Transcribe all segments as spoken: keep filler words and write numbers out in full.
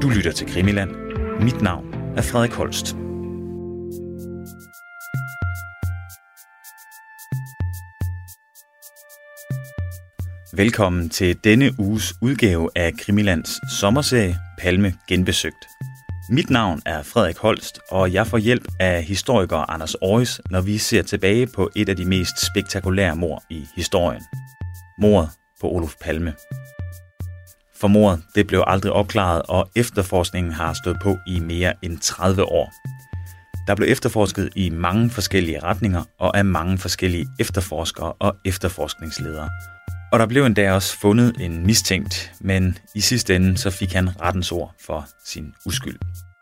lytter til Krimiland. Mit navn er Frederik Holst. Velkommen til denne uges udgave af Krimilands sommerserie Palme Genbesøgt. Mit navn er Frederik Holst, og jeg får hjælp af historiker Anders Oris, når vi ser tilbage på et af de mest spektakulære mord i historien. Mordet på Olof Palme. For mordet det blev aldrig opklaret, og efterforskningen har stået på i mere end tredive år. Der blev efterforsket i mange forskellige retninger og af mange forskellige efterforskere og efterforskningsledere. Og der blev endda også fundet en mistænkt, men i sidste ende så fik han rettens ord for sin uskyld.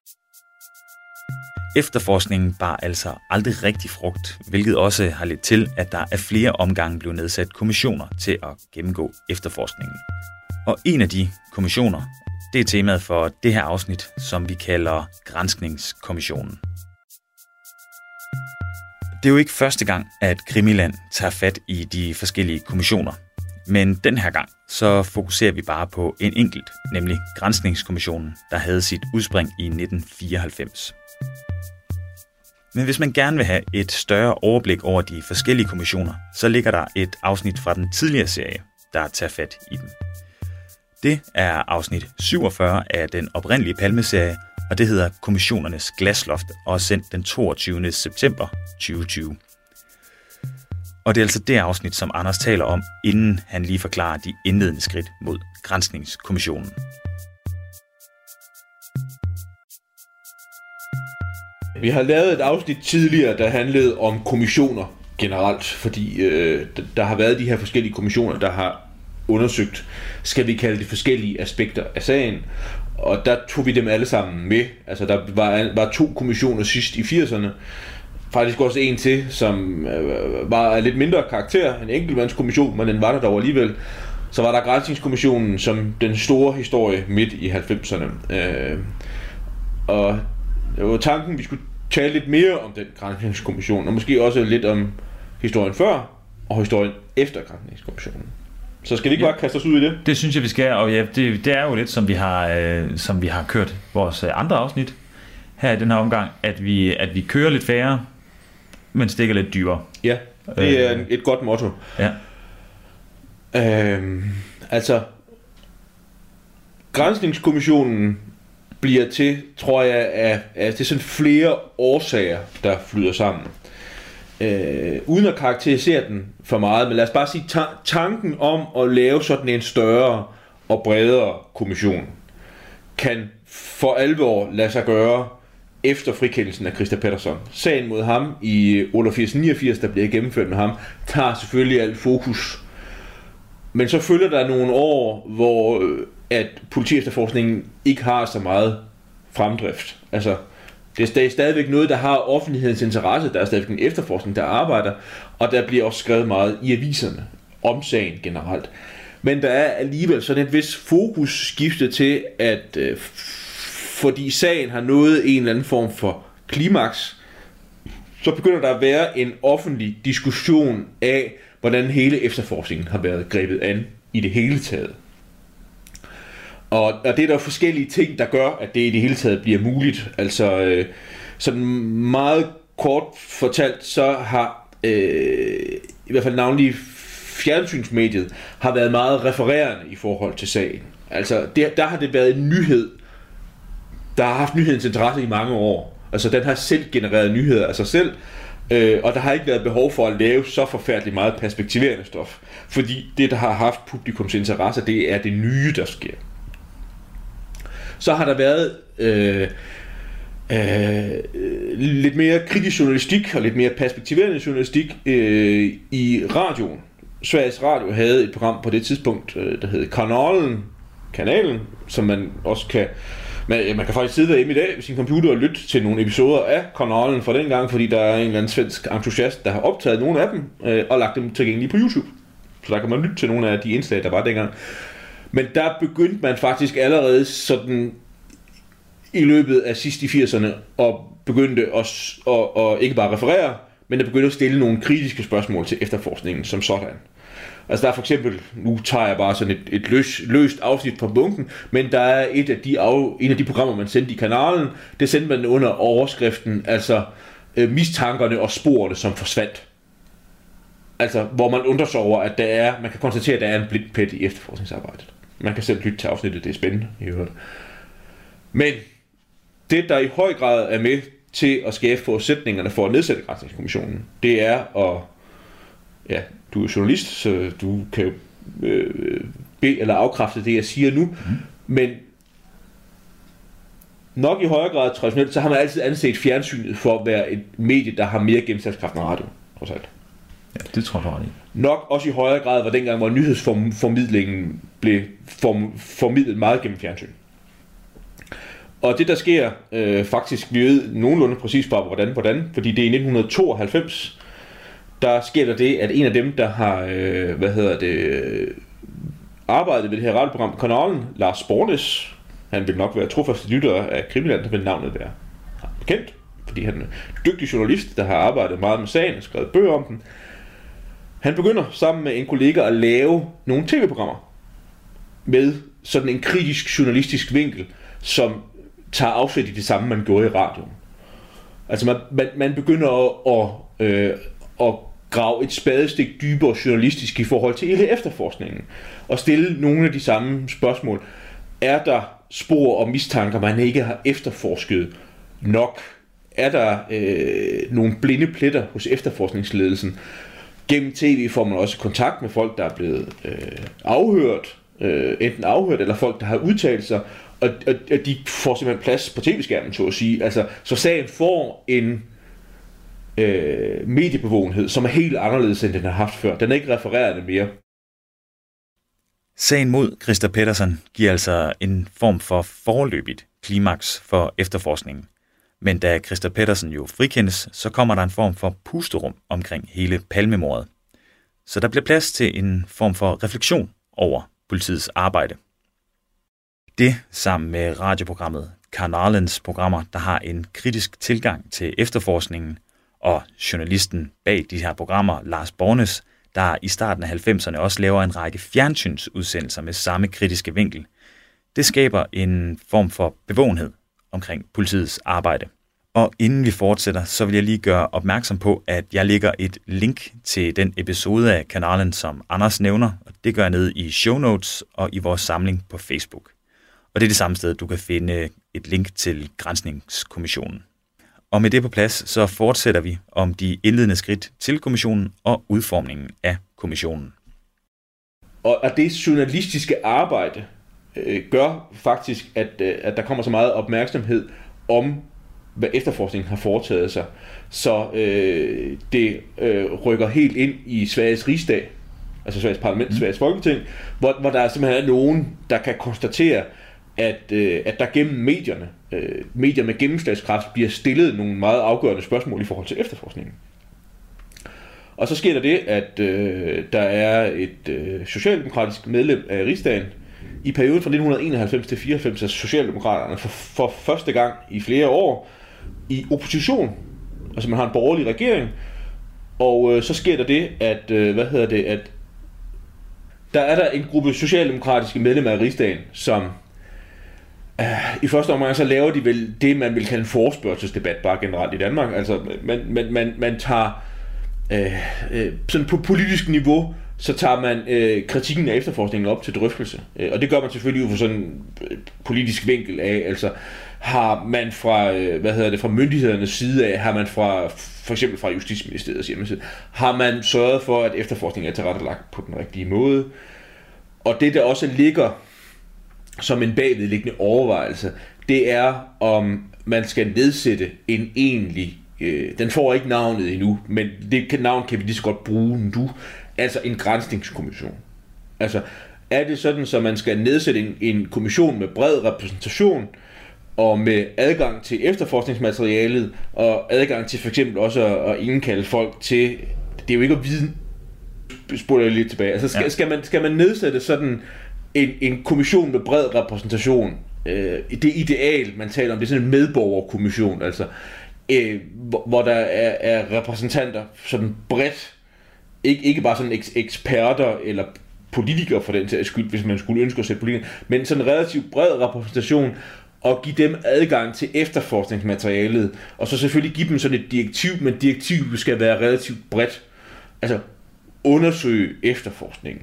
Efterforskningen bar altså aldrig rigtig frugt, hvilket også har ledt til, at der af flere omgange blev nedsat kommissioner til at gennemgå efterforskningen. Og en af de kommissioner, det er temaet for det her afsnit, som vi kalder Granskningskommissionen. Det er jo ikke første gang, at Krimiland tager fat i de forskellige kommissioner. Men den her gang, så fokuserer vi bare på en enkelt, nemlig Granskningskommissionen, der havde sit udspring i nitten fireoghalvfems. Men hvis man gerne vil have et større overblik over de forskellige kommissioner, så ligger der et afsnit fra den tidligere serie, der tager fat i dem. Det er afsnit syvogfyrre af den oprindelige Palme-serie, og det hedder Kommissionernes Glasloft og er sendt den toogtyvende september tyve tyve. Og det er altså det afsnit, som Anders taler om, inden han lige forklarer de indledende skridt mod Granskningskommissionen. Vi har lavet et afsnit tidligere, der handlede om kommissioner generelt, fordi øh, der har været de her forskellige kommissioner, der har undersøgt, skal vi kalde det forskellige aspekter af sagen, og der tog vi dem alle sammen med. Altså der var, var to kommissioner sidst i firserne, faktisk også en til, som øh, var af lidt mindre karakter, en enkeltmandskommission, men den var der dog alligevel. Så var der Granskningskommissionen som den store historie midt i halvfemserne. Øh, og det var tanken, vi skulle tale lidt mere om den Granskningskommission, og måske også lidt om historien før og historien efter Granskningskommissionen. Så skal vi ikke ja. bare kaste os ud i det? Det synes jeg, vi skal, og ja, det, det er jo lidt, som vi har, øh, som vi har kørt vores andre afsnit her i den her omgang, at vi, at vi kører lidt færre, men stikker lidt dybere. Ja, det er øh, et godt motto. Ja. Øhm, altså, Granskningskommissionen bliver til, tror jeg, af, af det er sådan flere årsager, der flyder sammen. Øh, uden at karakterisere den for meget, men lad os bare sige, ta- tanken om at lave sådan en større og bredere kommission, kan for alvor lade sig gøre efter frikendelsen af Christer Pettersson. Sagen mod ham i otteogfirs niogfirs, der bliver gennemført med ham, tager selvfølgelig alt fokus. Men så følger der nogle år, hvor at politiefterforskningen ikke har så meget fremdrift. Altså, det er stadigvæk noget, der har offentlighedens interesse. Der er stadigvæk en efterforskning, der arbejder, og der bliver også skrevet meget i aviserne om sagen generelt. Men der er alligevel sådan et vis fokus skiftet til, at øh, fordi sagen har nået en eller anden form for klimaks, så begynder der at være en offentlig diskussion af, hvordan hele efterforskningen har været grebet an i det hele taget. Og, og det er der forskellige ting, der gør, at det i det hele taget bliver muligt. Altså, øh, sådan meget kort fortalt, så har øh, i hvert fald navnlig fjernsynsmediet har været meget refererende i forhold til sagen. Altså, det, der har det været en nyhed, der har haft nyhedens interesse i mange år. Altså, den har selv genereret nyheder af sig selv, øh, og der har ikke været behov for at lave så forfærdeligt meget perspektiverende stof. Fordi det, der har haft publikums interesse, det er det nye, der sker. Så har der været øh, øh, lidt mere kritisk journalistik og lidt mere perspektiverende journalistik øh, i radioen. Sveriges Radio havde et program på det tidspunkt, øh, der hed Kanalen, kanalen, som man også kan... Man, man kan faktisk sidde derhjemme i dag ved sin computer og lytte til nogle episoder af Kanalen fra den gang, fordi der er en eller anden svensk entusiast, der har optaget nogle af dem øh, og lagt dem tilgængelige på YouTube. Så der kan man lytte til nogle af de indslag, der var dengang. Men der begyndte man faktisk allerede sådan i løbet af sidst i firserne og begyndte at, at, at ikke bare referere, men at begyndte at stille nogle kritiske spørgsmål til efterforskningen som sådan. Altså der er for eksempel, nu tager jeg bare sådan et, et løs, løst afsnit fra bunken, men der er et af de af, en af de programmer, man sendte i kanalen, det sendte man under overskriften, altså øh, mistankerne og sporene, som forsvandt. Altså, hvor man undrer sig over, at der er, man kan konstatere, at der er en blind plet i efterforskningsarbejdet. Man kan selv lytte til afsnittet, det er spændende i øvrigt. Men det, der i høj grad er med til at skabe forudsætningerne for at nedsætte granskningskommissionen, det er at, ja, du er journalist, så du kan jo øh, bede eller afkræfte det, jeg siger nu, mm. men nok i højere grad traditionelt, så har man altid anset fjernsynet for at være et medie, der har mere gennemslagskraft end radio, trods alt. Ja, det tror jeg ikke. Nok også i højere grad var dengang, hvor nyhedsformidlingen blev form, formidlet meget gennem fjernsyn. Og det der sker, øh, faktisk, vi ved nogenlunde præcis bare hvordan, hvordan, fordi det er i nitten tooghalvfems, der sker der det, at en af dem, der har, øh, hvad hedder det, arbejdet ved det her radioprogram på kanalen, Lars Bornes, han vil nok være trofaste lytter af Krimiland, der vil navnet være bekendt, fordi han er en dygtig journalist, der har arbejdet meget med sagen og skrevet bøger om den. Han begynder sammen med en kollega at lave nogle tv-programmer med sådan en kritisk journalistisk vinkel, som tager afsæt i det samme, man gjorde i radioen. Altså man, man, man begynder at, at, øh, at grave et spadestik dybere journalistisk i forhold til hele efterforskningen, og stille nogle af de samme spørgsmål. Er der spor og mistanker, man ikke har efterforsket nok? Er der øh, nogle blinde pletter hos efterforskningsledelsen? Gennem tv får man også kontakt med folk, der er blevet øh, afhørt, øh, enten afhørt eller folk, der har udtalt sig, og, og, og de får simpelthen plads på tv-skærmen, så at sige. Altså, så sagen får en øh, mediebevågenhed, som er helt anderledes, end den har haft før. Den er ikke refererende mere. Sagen mod Christer Pettersson giver altså en form for foreløbigt klimaks for efterforskningen. Men da Christer Pettersson jo frikendes, så kommer der en form for pusterum omkring hele Palmemordet. Så der bliver plads til en form for refleksion over politiets arbejde. Det sammen med radioprogrammet Kanalens programmer, der har en kritisk tilgang til efterforskningen, og journalisten bag de her programmer, Lars Bornes, der i starten af halvfemserne også laver en række fjernsynsudsendelser med samme kritiske vinkel. Det skaber en form for bevågenhed omkring politiets arbejde. Og inden vi fortsætter, så vil jeg lige gøre opmærksom på, at jeg lægger et link til den episode af kanalen, som Anders nævner, og det gør jeg nede i show notes og i vores samling på Facebook. Og det er det samme sted, du kan finde et link til Granskningskommissionen. Og med det på plads, så fortsætter vi om de indledende skridt til kommissionen og udformningen af kommissionen. Og det journalistiske arbejde øh, gør faktisk, at, øh, at der kommer så meget opmærksomhed om, hvad efterforskningen har foretaget sig. Så øh, det øh, rykker helt ind i Sveriges rigsdag, altså Sveriges parlament, mm. Sveriges folketing, hvor, hvor der simpelthen er nogen, der kan konstatere, at, øh, at der gennem medierne, øh, medier med gennemslagskraft, bliver stillet nogle meget afgørende spørgsmål i forhold til efterforskningen. Og så sker der det, at øh, der er et øh, socialdemokratisk medlem af rigsdagen. I perioden fra nitten enoghalvfems til fireoghalvfems er Socialdemokraterne for, for første gang i flere år i opposition. Altså man har en borgerlig regering. Og øh, så sker der det, at, øh, hvad hedder det, at der er der en gruppe socialdemokratiske medlemmer af rigsdagen, som øh, i første omgang så laver de vel det, man vil kalde en forespørgselsdebat, bare generelt i Danmark. Altså man, man, man, man tager øh, øh, sådan på politisk niveau, så tager man øh, kritikken af efterforskningen op til drøftelse. Øh, og det gør man selvfølgelig ud fra sådan en øh, politisk vinkel af, altså har man fra, øh, hvad hedder det, fra myndighedernes side af, har man fra, for eksempel fra Justitsministeriets hjemmeside, har man sørget for, at efterforskningen er tilrettelagt på den rigtige måde. Og det, der også ligger som en bagvedliggende overvejelse, det er, om man skal nedsætte en egentlig, øh, den får ikke navnet endnu, men det navn kan vi lige så godt bruge nu, altså en granskningskommission. Altså, er det sådan, så man skal nedsætte en, en kommission med bred repræsentation, og med adgang til efterforskningsmaterialet, og adgang til for eksempel også at, at indkalde folk til, det er jo ikke at vide, spoler jeg lidt tilbage, altså skal, ja. skal, man, skal man nedsætte sådan en, en kommission med bred repræsentation, øh, det ideal, man taler om, det er sådan en medborgerkommission, altså, øh, hvor, hvor der er, er repræsentanter sådan bredt ikke, ikke bare sådan eks- eksperter eller politikere for den sags skyld, hvis man skulle ønske at sætte politikere, men sådan en relativt bred repræsentation, og give dem adgang til efterforskningsmaterialet, og så selvfølgelig give dem sådan et direktiv, men direktivet skal være relativt bredt. Altså undersøge efterforskningen.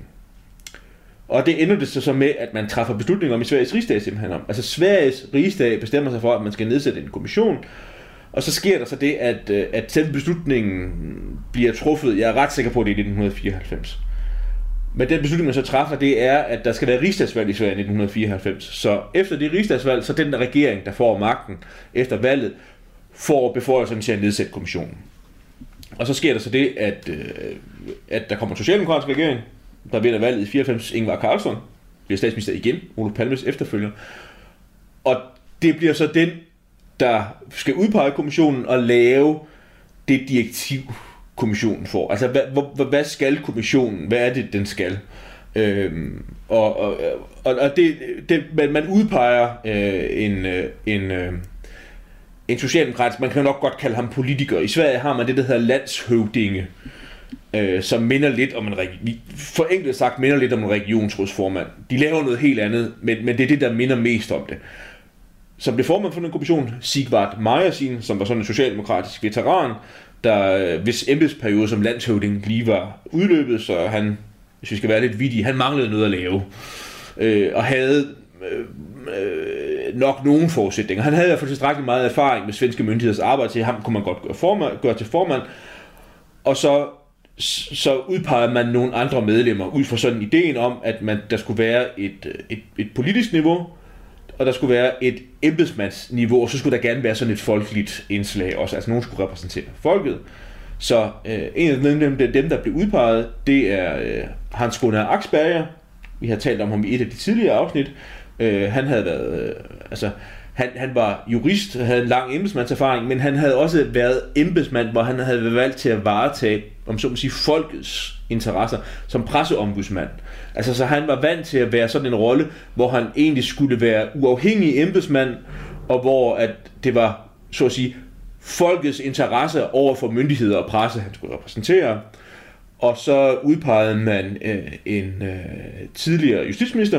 Og det ender det så, så med, at man træffer beslutninger om i Sveriges rigsdag simpelthen om. Altså Sveriges rigsdag bestemmer sig for, at man skal nedsætte en kommission, og så sker der så det, at, at selve beslutningen bliver truffet, jeg er ret sikker på, at det er i nitten fireoghalvfems. Men den beslutning, man så træffer, det er, at der skal være rigsdagsvalg i Sverige i nitten fireoghalvfems. Så efter det rigsdagsvalg, så den der regering, der får magten efter valget, får beføjelserne til at nedsætte kommissionen. Og så sker der så det, at, at der kommer en socialdemokratisk regering, der vinder valget i fireoghalvfems, Ingvar Carlsson bliver statsminister igen, Olof Palmes efterfølger. Og det bliver så den, der skal udpege kommissionen og lave det direktiv, kommissionen får. Altså, hvad, hvad skal kommissionen? Hvad er det, den skal? Øhm, og og, og, og det, det, man udpeger øh, en, en, øh, en socialdemokratisk, man kan nok godt kalde ham politiker. I Sverige har man det, der hedder landshövdinge, øh, som minder lidt om en forenklet sagt minder lidt om en regionsrådsformand. De laver noget helt andet, men, men det er det, der minder mest om det. Som blev formand for den kommission, Sigvard Marjasin, som var sådan en socialdemokratisk veteran, der hvis embedsperiode som landshövding lige var udløbet, så han, hvis vi skal være lidt vittige, han manglede noget at lave, øh, og havde øh, øh, nok nogle forudsætninger. Han havde i hvert fald tilstrækkeligt meget erfaring med svenske myndigheders arbejde til, ham kunne man godt gøre, formand, gøre til formand, og så, så udpegede man nogle andre medlemmer ud fra sådan ideen om, at man, der skulle være et, et, et politisk niveau, og der skulle være et embedsmandsniveau, og så skulle der gerne være sådan et folkeligt indslag også, altså nogen skulle repræsentere folket. Så øh, en af dem, dem, der blev udpeget, det er øh, Hans Gunnar Axberger. Vi har talt om ham i et af de tidligere afsnit. Øh, han havde været, øh, altså, han, han var jurist, havde en lang embedsmandserfaring, men han havde også været embedsmand, hvor han havde været valgt til at varetage, om så må sige, folkets interesser som presseombudsmand. Altså, så han var vant til at være sådan en rolle, hvor han egentlig skulle være uafhængig embedsmand, og hvor at det var, så at sige, folkets interesser over for myndigheder og presse, han skulle repræsentere. Og så udpegede man øh, en øh, tidligere justitsminister,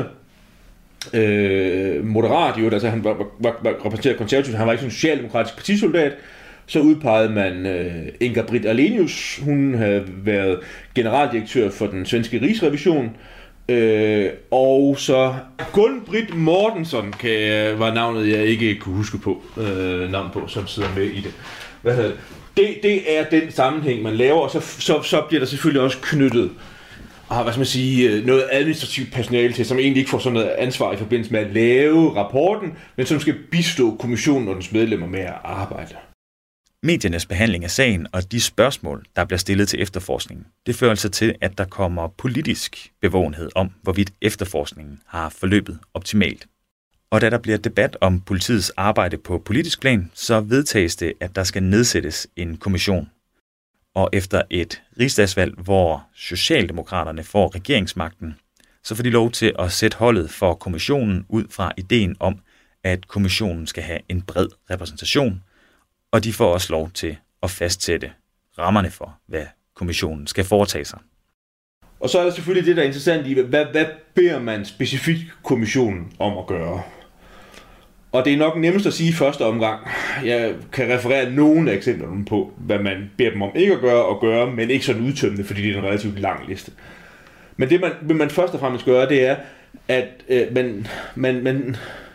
øh, moderat jo, altså han var, var, var repræsenteret konservativt, han var ikke sådan en socialdemokratisk partisoldat. Så udpegede man øh, Inga-Britt Ahlenius, hun havde været generaldirektør for den svenske rigsrevision, øh, og så Gun-Britt Mortensson kan, var navnet, jeg ikke kunne huske på, øh, navn på, som sidder med i det. Hvad hedder det? Det, det er den sammenhæng, man laver, og så, så, så bliver der selvfølgelig også knyttet og hvad skal man sige, noget administrativt personale til, som egentlig ikke får sådan noget ansvar i forbindelse med at lave rapporten, men som skal bistå kommissionen og dens medlemmer med at arbejde. Mediernes behandling af sagen og de spørgsmål, der bliver stillet til efterforskningen, det fører altså til, at der kommer politisk bevågenhed om, hvorvidt efterforskningen har forløbet optimalt. Og da der bliver debat om politiets arbejde på politisk plan, så vedtages det, at der skal nedsættes en kommission. Og efter et rigsdagsvalg, hvor Socialdemokraterne får regeringsmagten, så får de lov til at sætte holdet for kommissionen ud fra ideen om, at kommissionen skal have en bred repræsentation, og de får også lov til at fastsætte rammerne for, hvad kommissionen skal foretage sig. Og så er der selvfølgelig det, der er interessant i, hvad, hvad beder man specifikt kommissionen om at gøre? Og det er nok nemmest at sige i første omgang. Jeg kan referere nogle eksempler på, hvad man beder dem om ikke at gøre og gøre, men ikke sådan udtømmende, fordi det er en relativt lang liste. Men det, man, hvad man først og fremmest gør, det er, at øh, man, man, man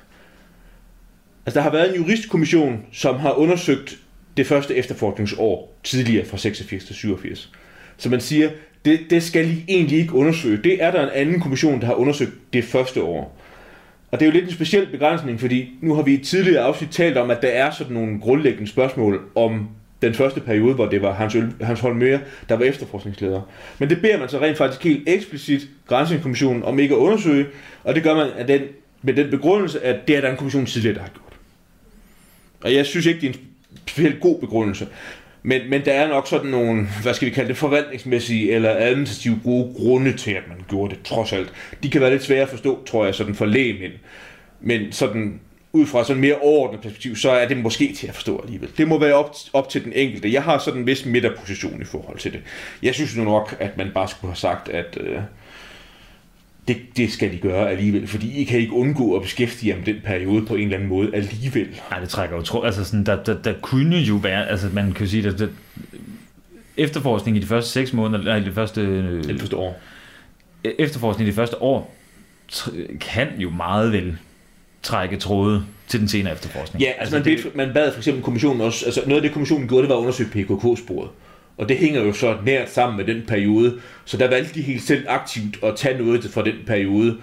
altså, der har været en juristkommission, som har undersøgt det første efterforskningsår tidligere fra seksogfirs til syvogfirs. Så man siger, det, det skal I egentlig ikke undersøge. Det er der en anden kommission, der har undersøgt det første år. Og det er jo lidt en speciel begrænsning, fordi nu har vi i et tidligere afsnit talt om, at der er sådan nogle grundlæggende spørgsmål om den første periode, hvor det var Hans, Øl, Hans Holmér, der var efterforskningsleder. Men det beder man så rent faktisk helt eksplicit Granskningskommissionen om ikke at undersøge, og det gør man af den, med den begrundelse, at det er der en kommission tidligere, der har gjort. Og jeg synes ikke, det er en specielt god begrundelse. Men, men der er nok sådan nogle, hvad skal vi kalde det, forvaltningsmæssige eller administrative gode grunde til, at man gjorde det, trods alt. De kan være lidt svære at forstå, tror jeg, sådan for lægemænd. Men sådan ud fra sådan mere overordnet perspektiv, så er det måske til at forstå alligevel. Det må være op, op til den enkelte. Jeg har sådan en vis midterposition i forhold til det. Jeg synes nu nok, at man bare skulle have sagt, at øh, det, det skal de gøre alligevel, fordi I kan ikke undgå at beskæftige jer med den periode på en eller anden måde alligevel. Nej, det trækker jo tro. Altså sådan, der, der, der kunne jo være, altså man kan sige, at der, efterforskning i de første seks måneder, eller i det første, øh, det første år, efterforskning i de første år, kan jo meget vel trække tråde til den senere efterforskning. Ja, altså, altså man, det... bad, man bad for eksempel kommissionen også, altså noget af det kommissionen gjorde, det var at undersøge P K K-sporet. Og det hænger jo så nært sammen med den periode, så der valgte de helt selv aktivt at tage noget fra den periode,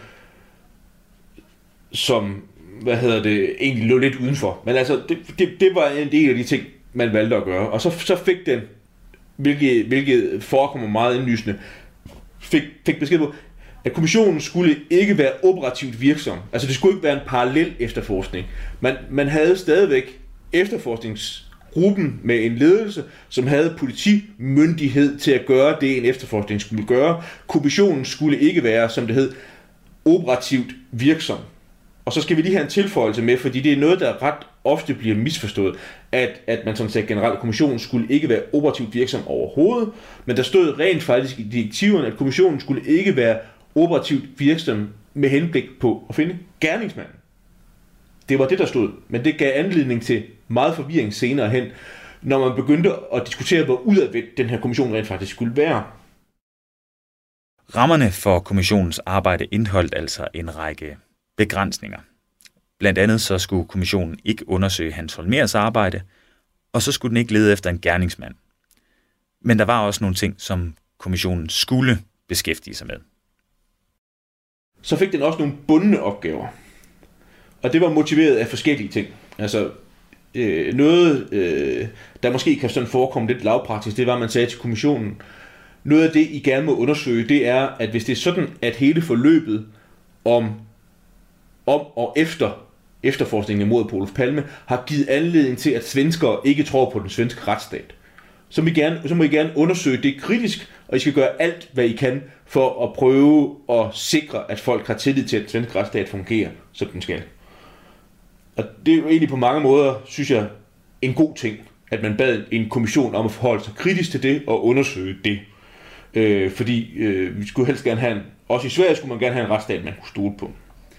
som, hvad hedder det, egentlig lå lidt udenfor. Men altså, det, det, det var en del af de ting, man valgte at gøre. Og så, så fik den, hvilket, hvilket forekommer meget indlysende, fik, fik besked på, at kommissionen skulle ikke være operativt virksom. Altså det skulle ikke være en parallel efterforskning. Man, man havde stadigvæk efterforskningsgruppen med en ledelse, som havde politimyndighed til at gøre det, en efterforskning skulle gøre. Kommissionen skulle ikke være, som det hed, operativt virksom. Og så skal vi lige have en tilføjelse med, fordi det er noget, der ret ofte bliver misforstået, at, at man sådan set generelt, kommissionen skulle ikke være operativt virksom overhovedet, men der stod rent faktisk i direktiverne, at kommissionen skulle ikke være operativt virksom med henblik på at finde gerningsmanden. Det var det, der stod, men det gav anledning til meget forvirring senere hen, når man begyndte at diskutere, hvor udadvendt den her kommission rent faktisk skulle være. Rammerne for kommissionens arbejde indeholdt altså en række begrænsninger. Blandt andet så skulle kommissionen ikke undersøge Hans Holmers arbejde, og så skulle den ikke lede efter en gerningsmand. Men der var også nogle ting, som kommissionen skulle beskæftige sig med. Så fik den også nogle bundne opgaver. Og det var motiveret af forskellige ting. Altså øh, noget, øh, der måske kan sådan forekomme lidt lavpraktisk, det var, at man sagde til kommissionen, noget af det, I gerne må undersøge, det er, at hvis det er sådan, at hele forløbet om, om og efter efterforskningen mod på Olof Palme har givet anledning til, at svenskere ikke tror på den svenske retsstat, så må I gerne, så må I gerne undersøge det kritisk, og I skal gøre alt, hvad I kan, for at prøve at sikre, at folk har tillid til, at den svenske retsstat fungerer, som den skal. Og det er jo egentlig på mange måder, synes jeg, en god ting, at man bad en kommission om at forholde sig kritisk til det og undersøge det. Øh, fordi øh, vi skulle helst gerne have en, også i Sverige skulle man gerne have en retsstat, man kunne stole på.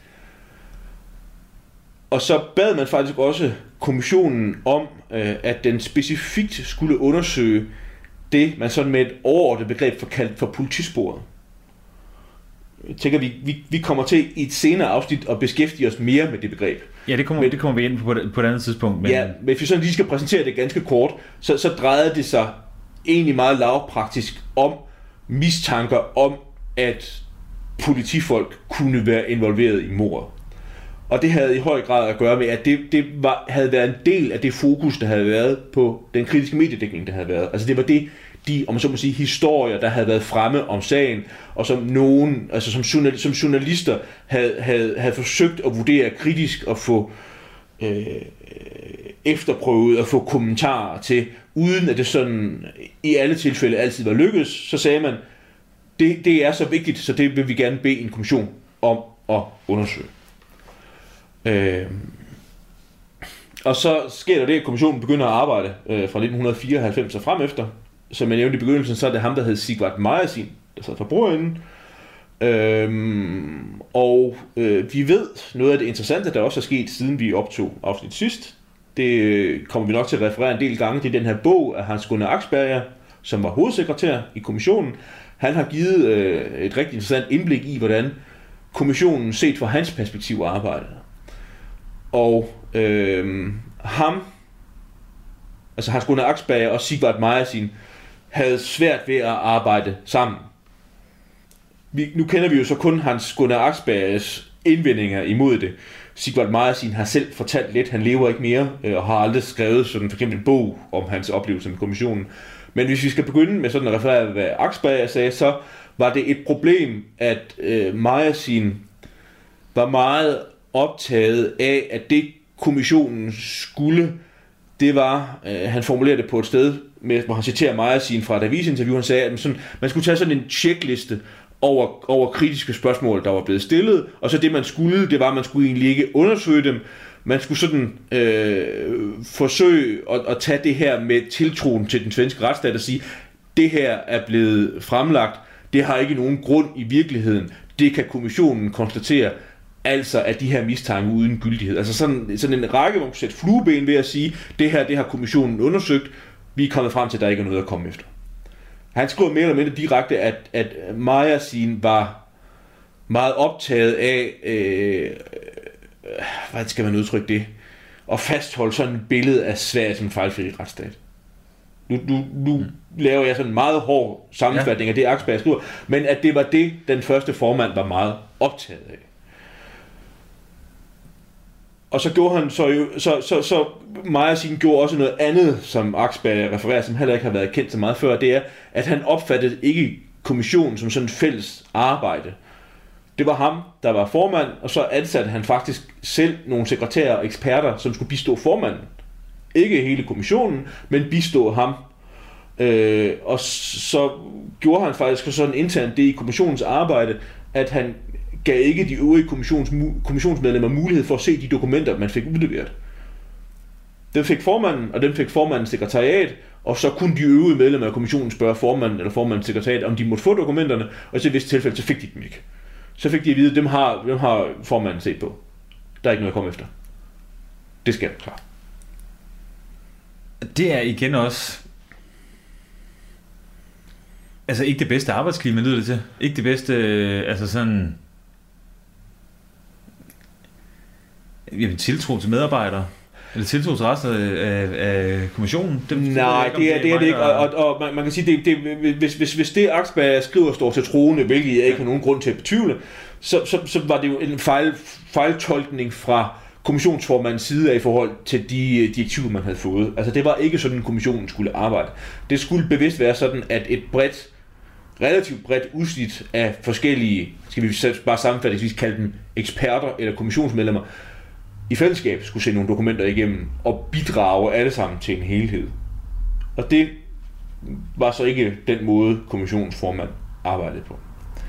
Og så bad man faktisk også kommissionen om, øh, at den specifikt skulle undersøge det, man sådan med et overordnet begreb for kaldt for politisporet. Jeg tænker, vi, vi, vi kommer til i et senere afsnit at beskæftige os mere med det begreb. Ja, det kommer, men, det kommer vi ind på på et andet tidspunkt. Men... Ja, men hvis vi sådan lige skal præsentere det ganske kort, så, så drejede det sig egentlig meget lavpraktisk om mistanker om, at politifolk kunne være involveret i mordet. Og det havde i høj grad at gøre med, at det, det var, havde været en del af det fokus, der havde været på den kritiske mediedækning, der havde været. Altså det var det, de, om man så må sige, historier, der havde været fremme om sagen, og som nogen, altså som, journal, som journalister havde, havde, havde forsøgt at vurdere kritisk og få øh, efterprøvet og få kommentarer til, uden at det sådan i alle tilfælde altid var lykkedes, så sagde man, det, det er så vigtigt, så det vil vi gerne bede en kommission om at undersøge. Øh, og så sker der det, at kommissionen begynder at arbejde øh, fra nitten fireoghalvfems og frem efter. Som jeg nævnte i begyndelsen, så er det ham, der hed Sigvard Mejersin, der sad for bordenden. Øhm, og øh, vi ved noget af det interessante, der også er sket, siden vi optog afsnit sidst. Det øh, kommer vi nok til at referere en del gange til den her bog af Hans Gunnar Axberger, som var hovedsekretær i kommissionen. Han har givet øh, et rigtig interessant indblik i, hvordan kommissionen set fra hans perspektiv arbejdede. Og øh, ham, altså Hans Gunnar Axberger og Sigvard Mejersin, havde svært ved at arbejde sammen. Vi, nu kender vi jo så kun Hans Gunnar Axbergers indvendinger imod det. Sigvard Mejersin har selv fortalt lidt, han lever ikke mere, øh, og har aldrig skrevet sådan for eksempel en bog om hans oplevelse med kommissionen. Men hvis vi skal begynde med sådan at referere, hvad Axberger sagde, så var det et problem, at øh, Mejersin var meget optaget af, at det kommissionen skulle, det var, øh, han formulerede det på et sted, med, hvor han citerer Mejersin fra et avisinterview, han sagde, at man, sådan, man skulle tage sådan en checkliste over, over kritiske spørgsmål, der var blevet stillet, og så det man skulle, det var, at man skulle egentlig ikke undersøge dem, man skulle sådan øh, forsøge at, at tage det her med tiltroen til den svenske retsstat og sige, det her er blevet fremlagt, det har ikke nogen grund i virkeligheden, det kan kommissionen konstatere, altså at de her mistanke uden gyldighed. Altså sådan, sådan en række, hvor man kunne sætte flueben ved at sige, det her, det har kommissionen undersøgt, vi er kommet frem til, at der ikke er noget at komme efter. Han skriver mere eller mindre direkte, at, at Marjasin var meget optaget af, øh, hvad skal man udtrykke det, at fastholde sådan et billede af Sverige som en fejlfri retsstat. Nu, nu, nu mm. laver jeg sådan en meget hård sammenfatning ja. af det, Axberg skriver, men at det var det, den første formand var meget optaget af. Og så gjorde han så jo, så, så, så Marjasin gjorde også noget andet, som Axberg refererer, som heller ikke har været kendt så meget før, det er, at han opfattede ikke kommissionen som sådan et fælles arbejde. Det var ham, der var formand, og så ansatte han faktisk selv nogle sekretærer og eksperter, som skulle bistå formanden. Ikke hele kommissionen, men bistå ham. Øh, og så gjorde han faktisk sådan internt det i kommissionens arbejde, at han gav ikke de øvrige kommissions, kommissionsmedlemmer mulighed for at se de dokumenter, man fik udleveret. Dem fik formanden, og dem fik formandens sekretariat, og så kunne de øvrige medlemmer af kommissionen spørge formanden eller formandens sekretariat, om de måtte få dokumenterne, og i et vist tilfælde, så fik de dem ikke. Så fik de at vide, at dem har, dem har formanden set på. Der er ikke noget at komme efter. Det skal jeg klare. Det er igen også... Altså ikke det bedste arbejdsklima, lyder det til. Ikke det bedste, altså sådan... Jamen, tiltro til medarbejdere. Eller tiltro til resten af, af kommissionen? Dem, Nej, det, det er det, er det ikke. Og, og, og man, man kan sige, det, det, hvis, hvis, hvis det Axberg skriver står til troende, hvilket jeg ikke har nogen grund til at betvivle, så, så, så var det jo en fejl, fejltolkning fra kommissionsformandens side af i forhold til de direktiver, man havde fået. Altså det var ikke sådan, kommissionen skulle arbejde. Det skulle bevidst være sådan, at et bredt, relativt bredt udsnit af forskellige, skal vi bare sammenfatningsvis kalde dem eksperter eller kommissionsmedlemmer, i fællesskab skulle se nogle dokumenter igennem og bidrage alle sammen til en helhed. Og det var så ikke den måde, kommissionens formand arbejdede på.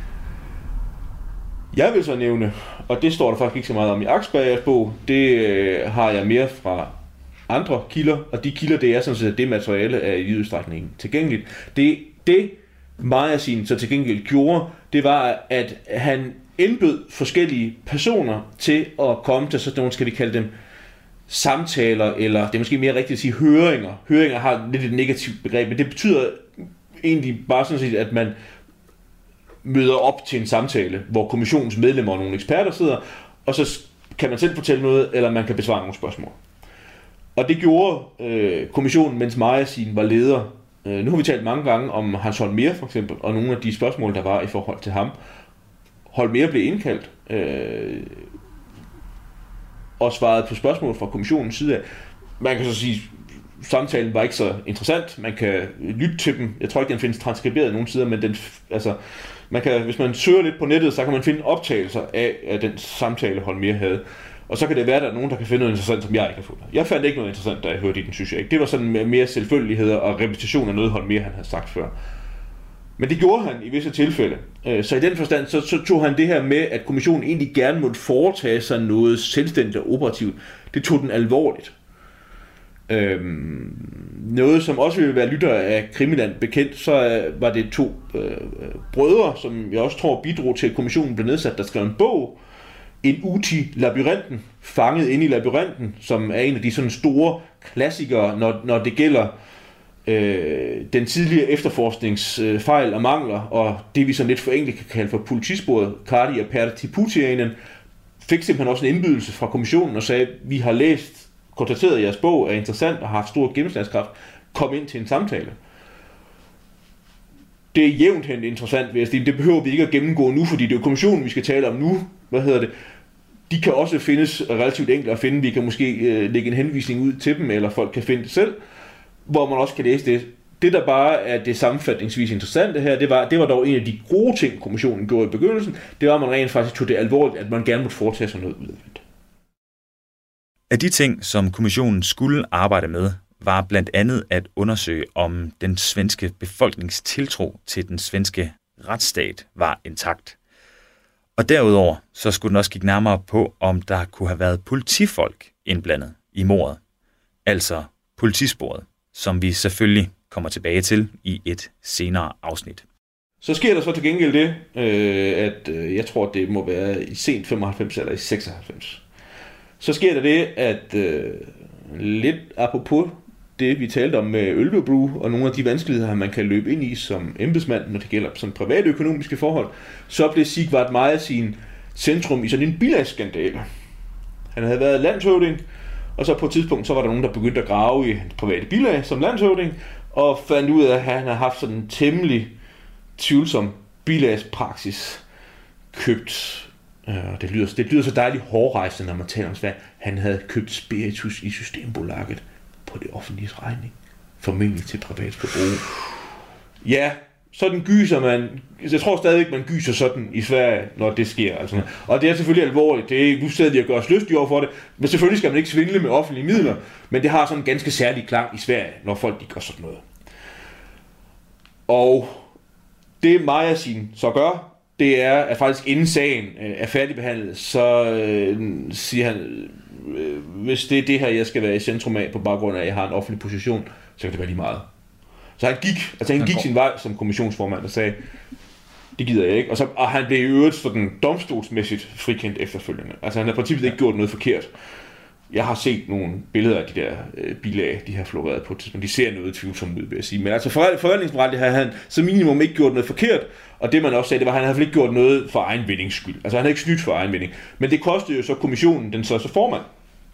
Jeg vil så nævne, og det står der faktisk ikke så meget om i Axbergers bog, det øh, har jeg mere fra andre kilder, og de kilder, det er sådan set, at det materiale er i udstrækning tilgængeligt. Det, det Marjasin så til gengæld gjorde, det var, at han indbød forskellige personer til at komme til sådan nogle, skal vi kalde dem, samtaler, eller det er måske mere rigtigt at sige høringer. Høringer har lidt et negativt begreb, men det betyder egentlig bare sådan set, at man møder op til en samtale, hvor kommissionens medlemmer og nogle eksperter sidder, og så kan man selv fortælle noget, eller man kan besvare nogle spørgsmål. Og det gjorde øh, kommissionen, mens Marjasin var leder. Øh, nu har vi talt mange gange om Hans Holmér for eksempel, og nogle af de spørgsmål, der var i forhold til ham. Holmér blev indkaldt øh, og svarede på spørgsmål fra kommissionens side af. Man kan så sige, at samtalen var ikke så interessant. Man kan lytte til dem. Jeg tror ikke, den findes transkriberet nogen sider, men den, altså, man kan, hvis man søger lidt på nettet, så kan man finde optagelser af, af den samtale, Holmér havde. Og så kan det være, at der er nogen, der kan finde noget interessant, som jeg ikke har fundet. Jeg fandt ikke noget interessant, da jeg hørte i den, synes jeg ikke. Det var sådan mere selvfølgeligheder og repetition af noget, Holmér han havde sagt før. Men det gjorde han i visse tilfælde. Så i den forstand, så, så tog han det her med, at kommissionen egentlig gerne måtte foretage sig noget selvstændigt og operativt. Det tog den alvorligt. Øhm, noget, som også ville være lytter af Krimiland bekendt, så var det to øh, brødre, som jeg også tror bidrog til, at kommissionen blev nedsat, der skrev en bog, En uti labyrinten, fanget inde i labyrinten, som er en af de sådan store klassikere, når, når det gælder øh, den tidligere efterforskningsfejl øh, og mangler, og det vi sådan lidt forenklet kan kalde for politisporet, Kardi og Pertiputianen, fik simpelthen også en indbydelse fra kommissionen og sagde, vi har læst, konstateret, at jeres bog er interessant og har haft stor gennemslagskraft, kom ind til en samtale. Det er jævnt hen interessant, vil jeg sige. Det behøver vi ikke at gennemgå nu, fordi det er jo kommissionen, vi skal tale om nu. Hvad hedder det? De kan også findes relativt enkelt at finde. Vi kan måske øh, lægge en henvisning ud til dem, eller folk kan finde det selv, hvor man også kan læse det. Det, der bare er det sammenfatningsvis interessante her, det var, det var dog en af de gode ting, kommissionen gjorde i begyndelsen. Det var, at man rent faktisk tog det alvorligt, at man gerne måtte foretage sig noget ud af det. Af de ting, som kommissionen skulle arbejde med, var blandt andet at undersøge, om den svenske befolkningstiltro til den svenske retsstat var intakt. Og derudover så skulle den også kigge nærmere på, om der kunne have været politifolk indblandet i mordet. Altså politisporet, som vi selvfølgelig kommer tilbage til i et senere afsnit. Så sker der så til gengæld det, øh, at øh, jeg tror, det må være i sent femoghalvfems eller i seksoghalvfems. Så sker der det, at øh, lidt apropos det, vi talte om med Ølvebro, og nogle af de vanskeligheder, man kan løbe ind i som embedsmand, når det gælder sådan private økonomiske forhold, så blev Sigvard Mejersin centrum i sådan en bilagsskandale. Han havde været landshøvding, og så på et tidspunkt, så var der nogen, der begyndte at grave i hans private bilag som landshøvding, og fandt ud af, at han havde haft sådan en temmelig tvivlsom bilagspraksis købt. Øh, det, lyder, det lyder så dejligt hårdrejsende, når man taler om Sverige. Han havde købt spiritus i Systembolaget på det offentlige regning. Formentlig til privat forbrug. Ja, sådan gyser man. Jeg tror stadig man gyser sådan i Sverige, når det sker. Altså. Og det er selvfølgelig alvorligt. Det er nu stedet, jeg gør os lystige over for det. Men selvfølgelig skal man ikke svindle med offentlige midler. Men det har sådan en ganske særlig klang i Sverige, når folk de gør sådan noget. Og det Mejersin så gør, det er, at faktisk inden sagen er færdigbehandlet, så øh, siger han, øh, hvis det er det her, jeg skal være i centrum af, på baggrund af, at jeg har en offentlig position, så kan det være lige meget. Så han gik, altså han gik sin vej som kommissionsformand og sagde, det gider jeg ikke. Og, så, og han blev i øvrigt sådan domstolsmæssigt frikendt efterfølgende. Altså han har i princippet ikke gjort noget forkert. Jeg har set nogle billeder af de der øh, bilag, de har floreret på, men de ser noget tvivlsomt ud, vil jeg sige. Men altså forvaltningsretligt havde han som minimum ikke gjort noget forkert, og det man også sagde, det var, at han havde ikke gjort noget for egen vindings skyld. Altså han havde ikke snydt for egen vinding. Men det kostede jo så kommissionen, den så så formand.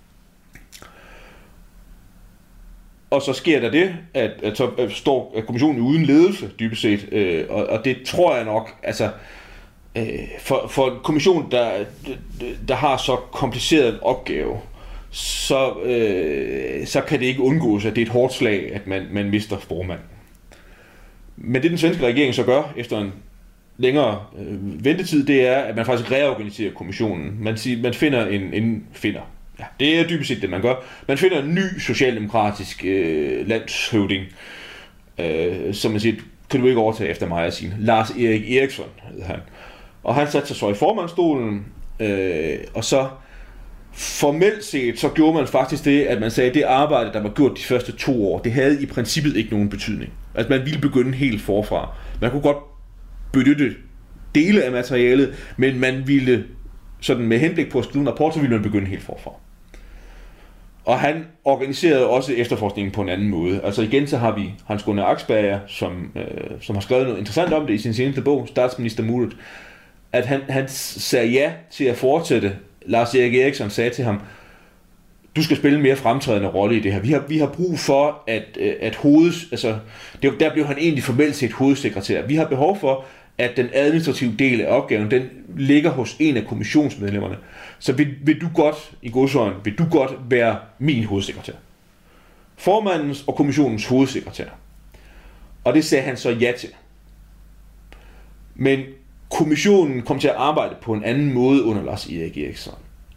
Og så sker der det, at, at så at står at kommissionen uden ledelse, dybest set, øh, og, og det tror jeg nok, altså øh, for, for en kommission, der, der har så kompliceret en opgave, så, øh, så kan det ikke undgås, at det er et hårdt slag, at man, man mister formanden. Men det den svenske regering så gør, efter en længere øh, ventetid, det er, at man faktisk reorganiserer kommissionen. Man, siger, man finder en, en finder. Ja, det er dybest set det, man gør. Man finder en ny socialdemokratisk øh, landshøvding, øh, som man siger, kan du ikke overtage efter mig at sige. Lars Erik Eriksson hedder han. Og han satte sig så i formandsstolen, øh, og så formelt set, så gjorde man faktisk det, at man sagde, at det arbejde, der var gjort de første to år, det havde i princippet ikke nogen betydning. Altså man ville begynde helt forfra. Man kunne godt benytte dele af materialet, men man ville sådan med henblik på at skrive en rapport, så ville man begynde helt forfra. Og han organiserede også efterforskningen på en anden måde. Altså igen, så har vi Hans Gunnar Axberger, som, øh, som har skrevet noget interessant om det i sin seneste bog, Statsminister Mulet, at han, han sagde ja til at fortsætte. Lars Erik Eriksson sagde til ham, du skal spille en mere fremtrædende rolle i det her. Vi har, vi har brug for, at, at hoveds... Altså, det, der blev han egentlig formelt set hovedsekretær. Vi har behov for, at den administrative del af opgaven, den ligger hos en af kommissionsmedlemmerne. Så vil, vil du godt, i godsøjne, vil du godt være min hovedsekretær. Formandens og kommissionens hovedsekretær. Og det sagde han så ja til. Men kommissionen kom til at arbejde på en anden måde under Lars Erik Eriksson.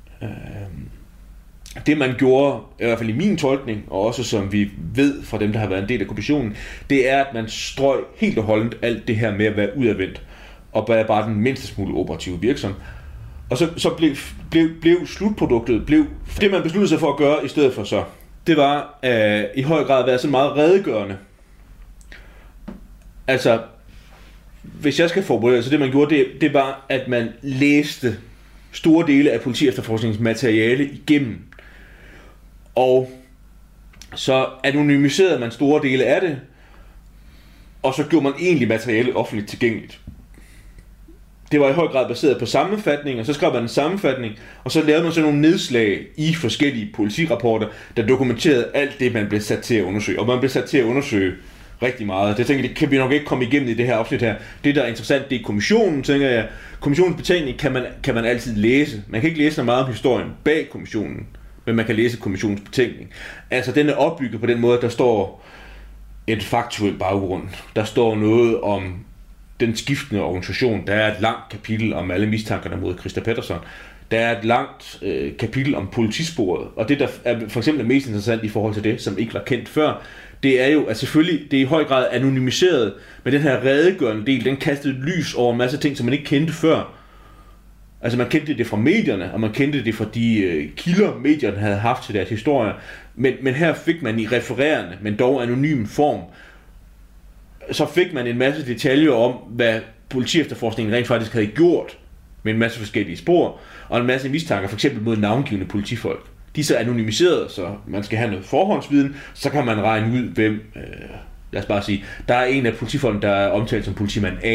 Det man gjorde, i hvert fald i min tolkning, og også som vi ved fra dem, der har været en del af kommissionen, det er, at man strøg helt og holdent alt det her med at være udadvendt, og bare, bare den mindste smule operative virksom. Og så, så blev, blev, blev slutproduktet, blev det man besluttede sig for at gøre i stedet for så, det var øh, i høj grad at være så meget redegørende. Altså, hvis jeg skal formulere, så det man gjorde, det, det var, at man læste store dele af politiefterforskningsmateriale igennem. Og så anonymiserede man store dele af det, og så gjorde man egentlig materiale offentligt tilgængeligt. Det var i høj grad baseret på sammenfatninger, så skrev man en sammenfatning, og så lavede man så nogle nedslag i forskellige politirapporter, der dokumenterede alt det, man blev sat til at undersøge. Og man blev sat til at undersøge rigtig meget. Det tænker jeg, det kan vi nok ikke komme igennem i det her afsnit her. Det, der er interessant, det er kommissionen, tænker jeg. Kommissionens betænkning kan man, kan man altid læse. Man kan ikke læse så meget om historien bag kommissionen, men man kan læse kommissionens betænkning. Altså, den er opbygget på den måde, at der står et faktuel baggrund. Der står noget om den skiftende organisation. Der er et langt kapitel om alle mistankerne mod Christa Pettersson. Der er et langt øh, kapitel om politisporet. Og det, der er for eksempel er mest interessant i forhold til det, som ikke var kendt før, det er jo, at selvfølgelig, det er i høj grad anonymiseret, men den her redegørende del, den kastede lys over en masse ting, som man ikke kendte før. Altså man kendte det fra medierne, og man kendte det fra de øh, kilder, medierne havde haft til deres historier. Men, men her fik man i refererende, men dog anonym form, så fik man en masse detaljer om, hvad politiefterforskningen rent faktisk havde gjort, med en masse forskellige spor, og en masse mistanker, for eksempel mod navngivende politifolk. De er så anonymiseret, så man skal have noget forhåndsviden, så kan man regne ud, hvem, øh, lad os bare sige, der er en af politifolkene, der er omtalt som politimand A,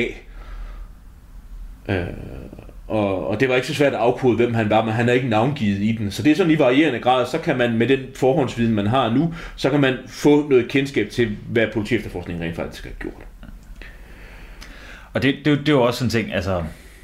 øh, og, og det var ikke så svært at afkode, hvem han var, men han er ikke navngivet i den, så det er sådan i varierende grad, så kan man med den forhåndsviden, man har nu, så kan man få noget kendskab til, hvad politiefterforskningen rent faktisk har gjort. Og det, det, det er jo også sådan en ting, altså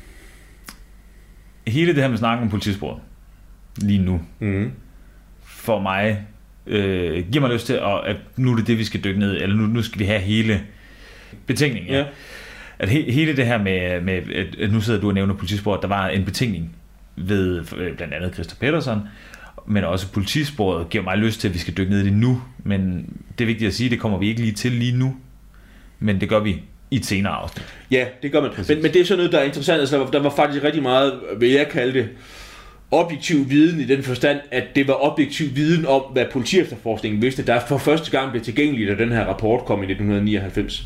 hele det her med snakken om politisporet lige nu, mm. for mig øh, giver mig lyst til, at, at nu er det det, vi skal dykke ned, eller nu, nu skal vi have hele betænkningen. Ja. At he, hele det her med, med at nu sidder du og nævner politisporet, der var en betænkning ved blandt andet Christer Pettersson, men også politisporet giver mig lyst til, at vi skal dykke ned i det nu, men det er vigtigt at sige, det kommer vi ikke lige til lige nu, men det gør vi i et senere afsnit. Ja, det gør man. Men, men det er sådan noget, der er interessant. Altså, der, var, der var faktisk rigtig meget, vil jeg kalde det, objektiv viden i den forstand, at det var objektiv viden om, hvad politiefterforskningen vidste, der for første gang blev tilgængeligt, da den her rapport kom i nitten nioghalvfems.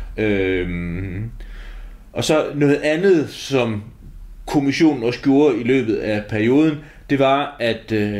Øhm, og så noget andet, som kommissionen også gjorde i løbet af perioden, det var, at øh,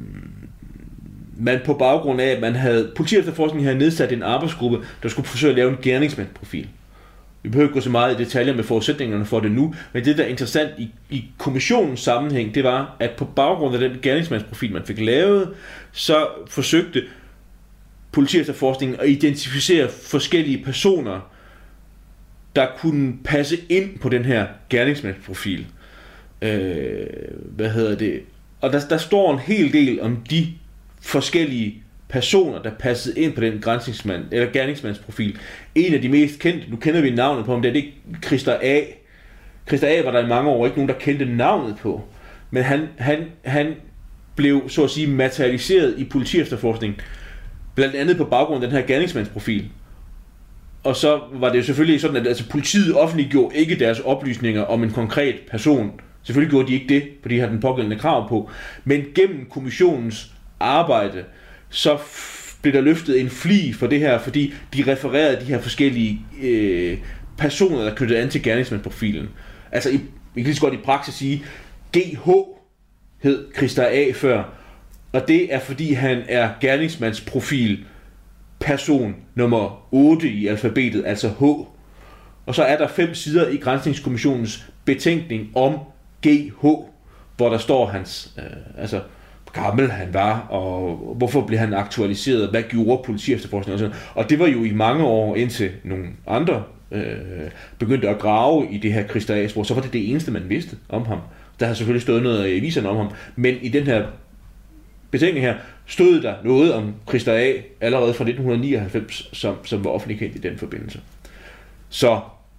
man på baggrund af, at man havde, politiefterforskningen havde nedsat en arbejdsgruppe, der skulle forsøge at lave en gerningsmandsprofil. Vi behøver ikke gå så meget i detaljer med forudsætningerne for det nu, men det, der er interessant i, i kommissionens sammenhæng, det var, at på baggrund af den gerningsmandsprofil, man fik lavet, så forsøgte politiefterforskningen at identificere forskellige personer, der kunne passe ind på den her gerningsmandsprofil. Øh, hvad hedder det? Og der, der står en hel del om de forskellige personer, der passede ind på den granskningsmand, eller gerningsmandsprofil. En af de mest kendte, nu kender vi navnet på ham, det er det Christer A. Christer A. var der i mange år ikke nogen, der kendte navnet på. Men han, han, han blev, så at sige, materialiseret i politiefterforskning, blandt andet på baggrund af den her gerningsmandsprofil. Og så var det jo selvfølgelig sådan, at altså, politiet offentliggjorde ikke deres oplysninger om en konkret person. Selvfølgelig gjorde de ikke det, fordi de havde den pågældende krav på. Men gennem kommissionens arbejde, så blev der løftet en fli for det her, fordi de refererede de her forskellige øh, personer, der knyttede an til gerningsmandsprofilen. Altså, i, vi kan lige så godt i praksis sige, G H hed Christer A. før, og det er fordi han er gerningsmandsprofil person nummer otte i alfabetet, altså H. Og så er der fem sider i Granskningskommissionens betænkning om G H, hvor der står hans, øh, altså gammel han var, og hvorfor blev han aktualiseret, hvad gjorde politiefterforskningen og sådan. Og det var jo i mange år, indtil nogle andre øh, begyndte at grave i det her Christer A. spor, så var det det eneste, man vidste om ham. Der har selvfølgelig stået noget i aviserne om ham, men i den her betænkning her, stod der noget om Christer A. allerede fra nitten nioghalvfems, som, som var offentligt kendt i den forbindelse. Så,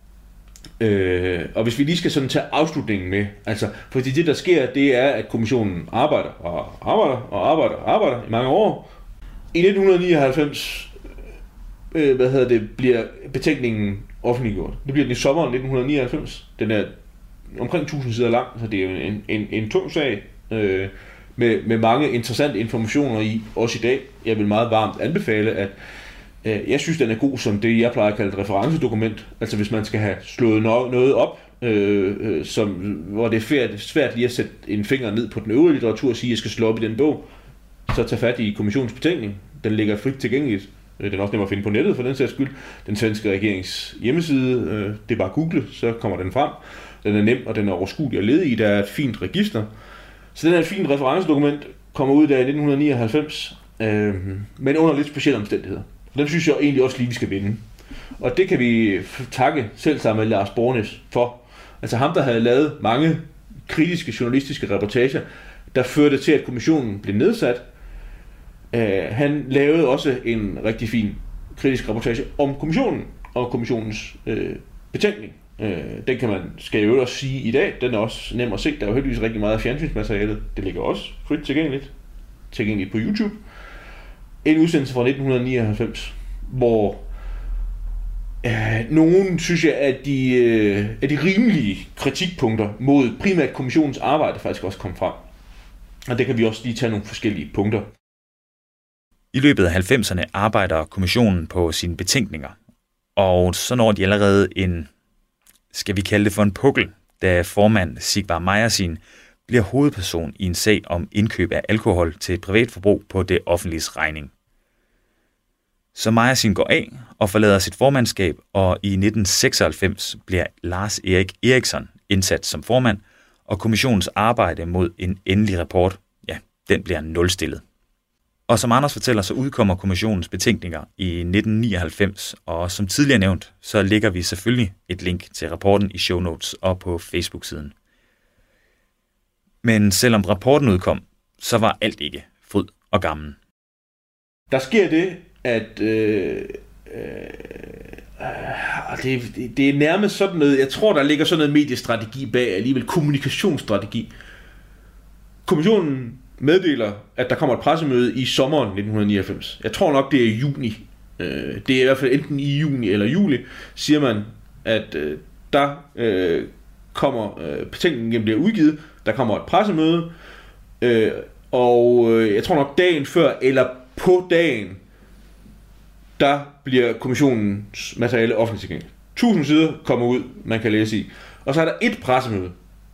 øh, og hvis vi lige skal sådan tage afslutningen med, altså, fordi det der sker, det er, at kommissionen arbejder og arbejder og arbejder og arbejder i mange år. I nitten nioghalvfems, øh, hvad hedder det, bliver betænkningen offentliggjort. Det bliver den i sommeren nitten nioghalvfems. Den er omkring tusind sider lang, så det er jo en, en, en tung sag, øh, Med, med mange interessante informationer i, også i dag. Jeg vil meget varmt anbefale, at øh, jeg synes, den er god som det, jeg plejer at kalde et referencedokument. Altså hvis man skal have slået no- noget op, øh, øh, som, hvor det er svært, svært lige at sætte en finger ned på den øvrige litteratur og sige, at jeg skal slå op i den bog, så tag fat i kommissionens betænkning. Den ligger frit tilgængeligt. Den er også nem at finde på nettet for den sags skyld. Den svenske regerings hjemmeside, øh, det er bare at google, så kommer den frem. Den er nem, og den er overskuelig at lede i. Der er et fint register. Så den er et fint referencedokument, kommer ud der i nitten nioghalvfems, øh, men under lidt specielle omstændigheder. Og den synes jeg egentlig også lige, vi skal vinde. Og det kan vi takke selv sammen med Lars Bornes for. Altså ham, der havde lavet mange kritiske journalistiske reportager, der førte til, at kommissionen blev nedsat. Øh, han lavede også en rigtig fin kritisk reportage om kommissionen og kommissionens øh, betænkning. Øh, den kan man, skal jeg jo også sige i dag, den er også nem at se. Der er jo heldigvis rigtig meget af fjernsynsmaterialet. Det ligger også frit tilgængeligt, tilgængeligt på YouTube. En udsendelse fra nitten nioghalvfems. hvor øh, nogen synes jeg, at de, øh, at de rimelige kritikpunkter mod primært kommissionens arbejde faktisk også kom frem. Og det kan vi også lige tage nogle forskellige punkter. I løbet af halvfemserne arbejder kommissionen på sine betænkninger, og så når de allerede en, skal vi kalde det for en pukkel, da formand Sigvard Mejersin bliver hovedperson i en sag om indkøb af alkohol til privatforbrug på det offentliges regning. Så Mejersin går af og forlader sit formandskab, og i nitten seksoghalvfems bliver Lars Erik Eriksson indsat som formand, og kommissionens arbejde mod en endelig rapport, ja, den bliver nulstillet. Og som Anders fortæller, så udkommer kommissionens betænkninger i nitten nioghalvfems, og som tidligere nævnt, så lægger vi selvfølgelig et link til rapporten i show notes og på Facebook-siden. Men selvom rapporten udkom, så var alt ikke fryd og gammen. Der sker det, at øh, øh, det, det, det er nærmest sådan noget, jeg tror, der ligger sådan noget mediestrategi bag, alligevel kommunikationsstrategi. Kommissionen meddeler, at der kommer et pressemøde i sommeren nitten nioghalvfems. Jeg tror nok, det er i juni. Det er i hvert fald enten i juni eller juli, siger man, at der kommer, betænkningen bliver udgivet, der kommer et pressemøde, og jeg tror nok dagen før, eller på dagen, der bliver kommissionens materiale offentligt tilgængeligt. Tusind sider kommer ud, man kan læse i. Og så er der et pressemøde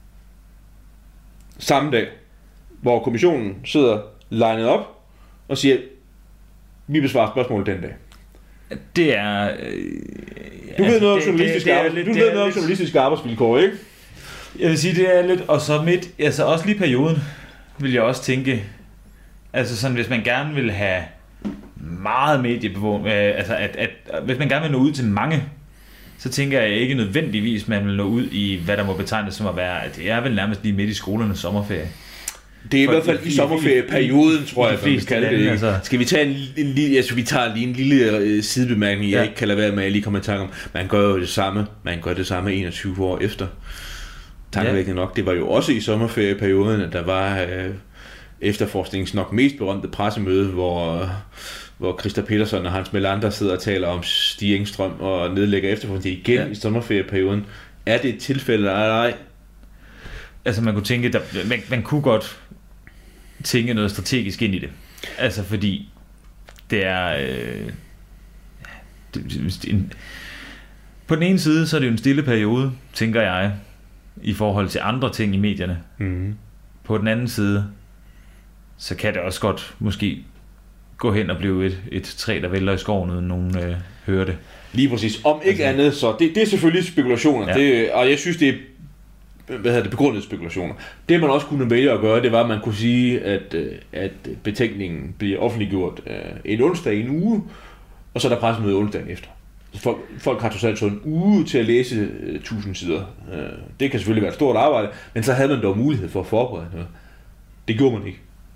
samme dag, hvor kommissionen sidder legnet op og siger, vi besvarer spørgsmål den dag. Det er... Øh, du altså, ved noget om det, journalistiske, det, det arbejds, lidt, du ved noget om lidt... journalistiske arbejdsvilkår, ikke? Jeg vil sige, det er lidt... Og så midt, altså også lige perioden, vil jeg også tænke, altså sådan, hvis man gerne vil have meget mediebevågning, øh, altså at, at, at hvis man gerne vil nå ud til mange, så tænker jeg ikke nødvendigvis, man vil nå ud i, hvad der må betegnes som at være, at det er vel nærmest lige midt i skolernes sommerferie. Det er i hvert fald i sommerferieperioden, tror jeg, man kan kalde det. Altså. Skal vi tage en, en lille, altså vi tager lige en lille uh, sidebemærkning, jeg ja. ikke kan lade være med, at jeg lige kommer i tanke om. Man gør jo det samme, man gør det samme enogtyve år efter. Tankevækkende ja. nok, det var jo også i sommerferieperioden, at der var uh, efterforskningens nok mest berømte pressemøde, hvor, uh, hvor Christa Petersen og Hans Melander sidder og taler om Stig Engstrøm og nedlægger efterforskning igen ja. i sommerferieperioden. Er det et tilfælde eller ej? Altså man kunne tænke, der, man, man kunne godt tænke noget strategisk ind i det. Altså fordi det er, øh, det, det, en, på den ene side, så er det jo en stille periode, tænker jeg, i forhold til andre ting i medierne. Mm-hmm. På den anden side, så kan det også godt måske gå hen og blive et, et træ, der vælter i skoven, uden nogen øh, hører det. Lige præcis. Om ikke altså, andet, så det, det er selvfølgelig spekulationer, ja. det, og jeg synes, det er hvad hedder det, begrundede spekulationer. Det man også kunne vælge at gøre, det var, at man kunne sige, at, at betænkningen bliver offentliggjort en onsdag i en uge, og så er der pressemøde onsdagen efter. Folk, folk har totalt så en uge til at læse tusind sider. Det kan selvfølgelig være et stort arbejde, men så havde man dog mulighed for at forberede noget. Det gjorde man ikke.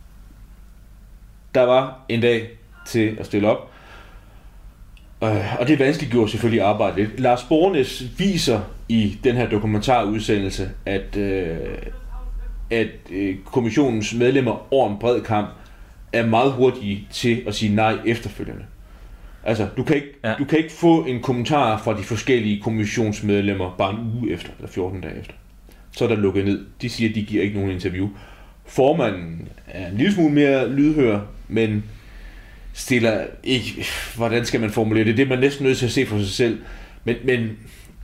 Der var en dag til at stille op, og det vanskeliggjorde selvfølgelig arbejdet lidt. Lars Bornes viser i den her dokumentarudsendelse, at, øh, at øh, kommissionens medlemmer over en bred kamp er meget hurtige til at sige nej efterfølgende. Altså, du kan ikke, ja. du kan ikke få en kommentar fra de forskellige kommissionsmedlemmer bare en uge efter, eller fjorten dage efter. Så er der lukket ned. De siger, at de giver ikke nogen interview. Formanden er en lille smule mere lydhør, men stiller ikke, hvordan skal man formulere det? Det er man næsten nødt til at se for sig selv. Men, men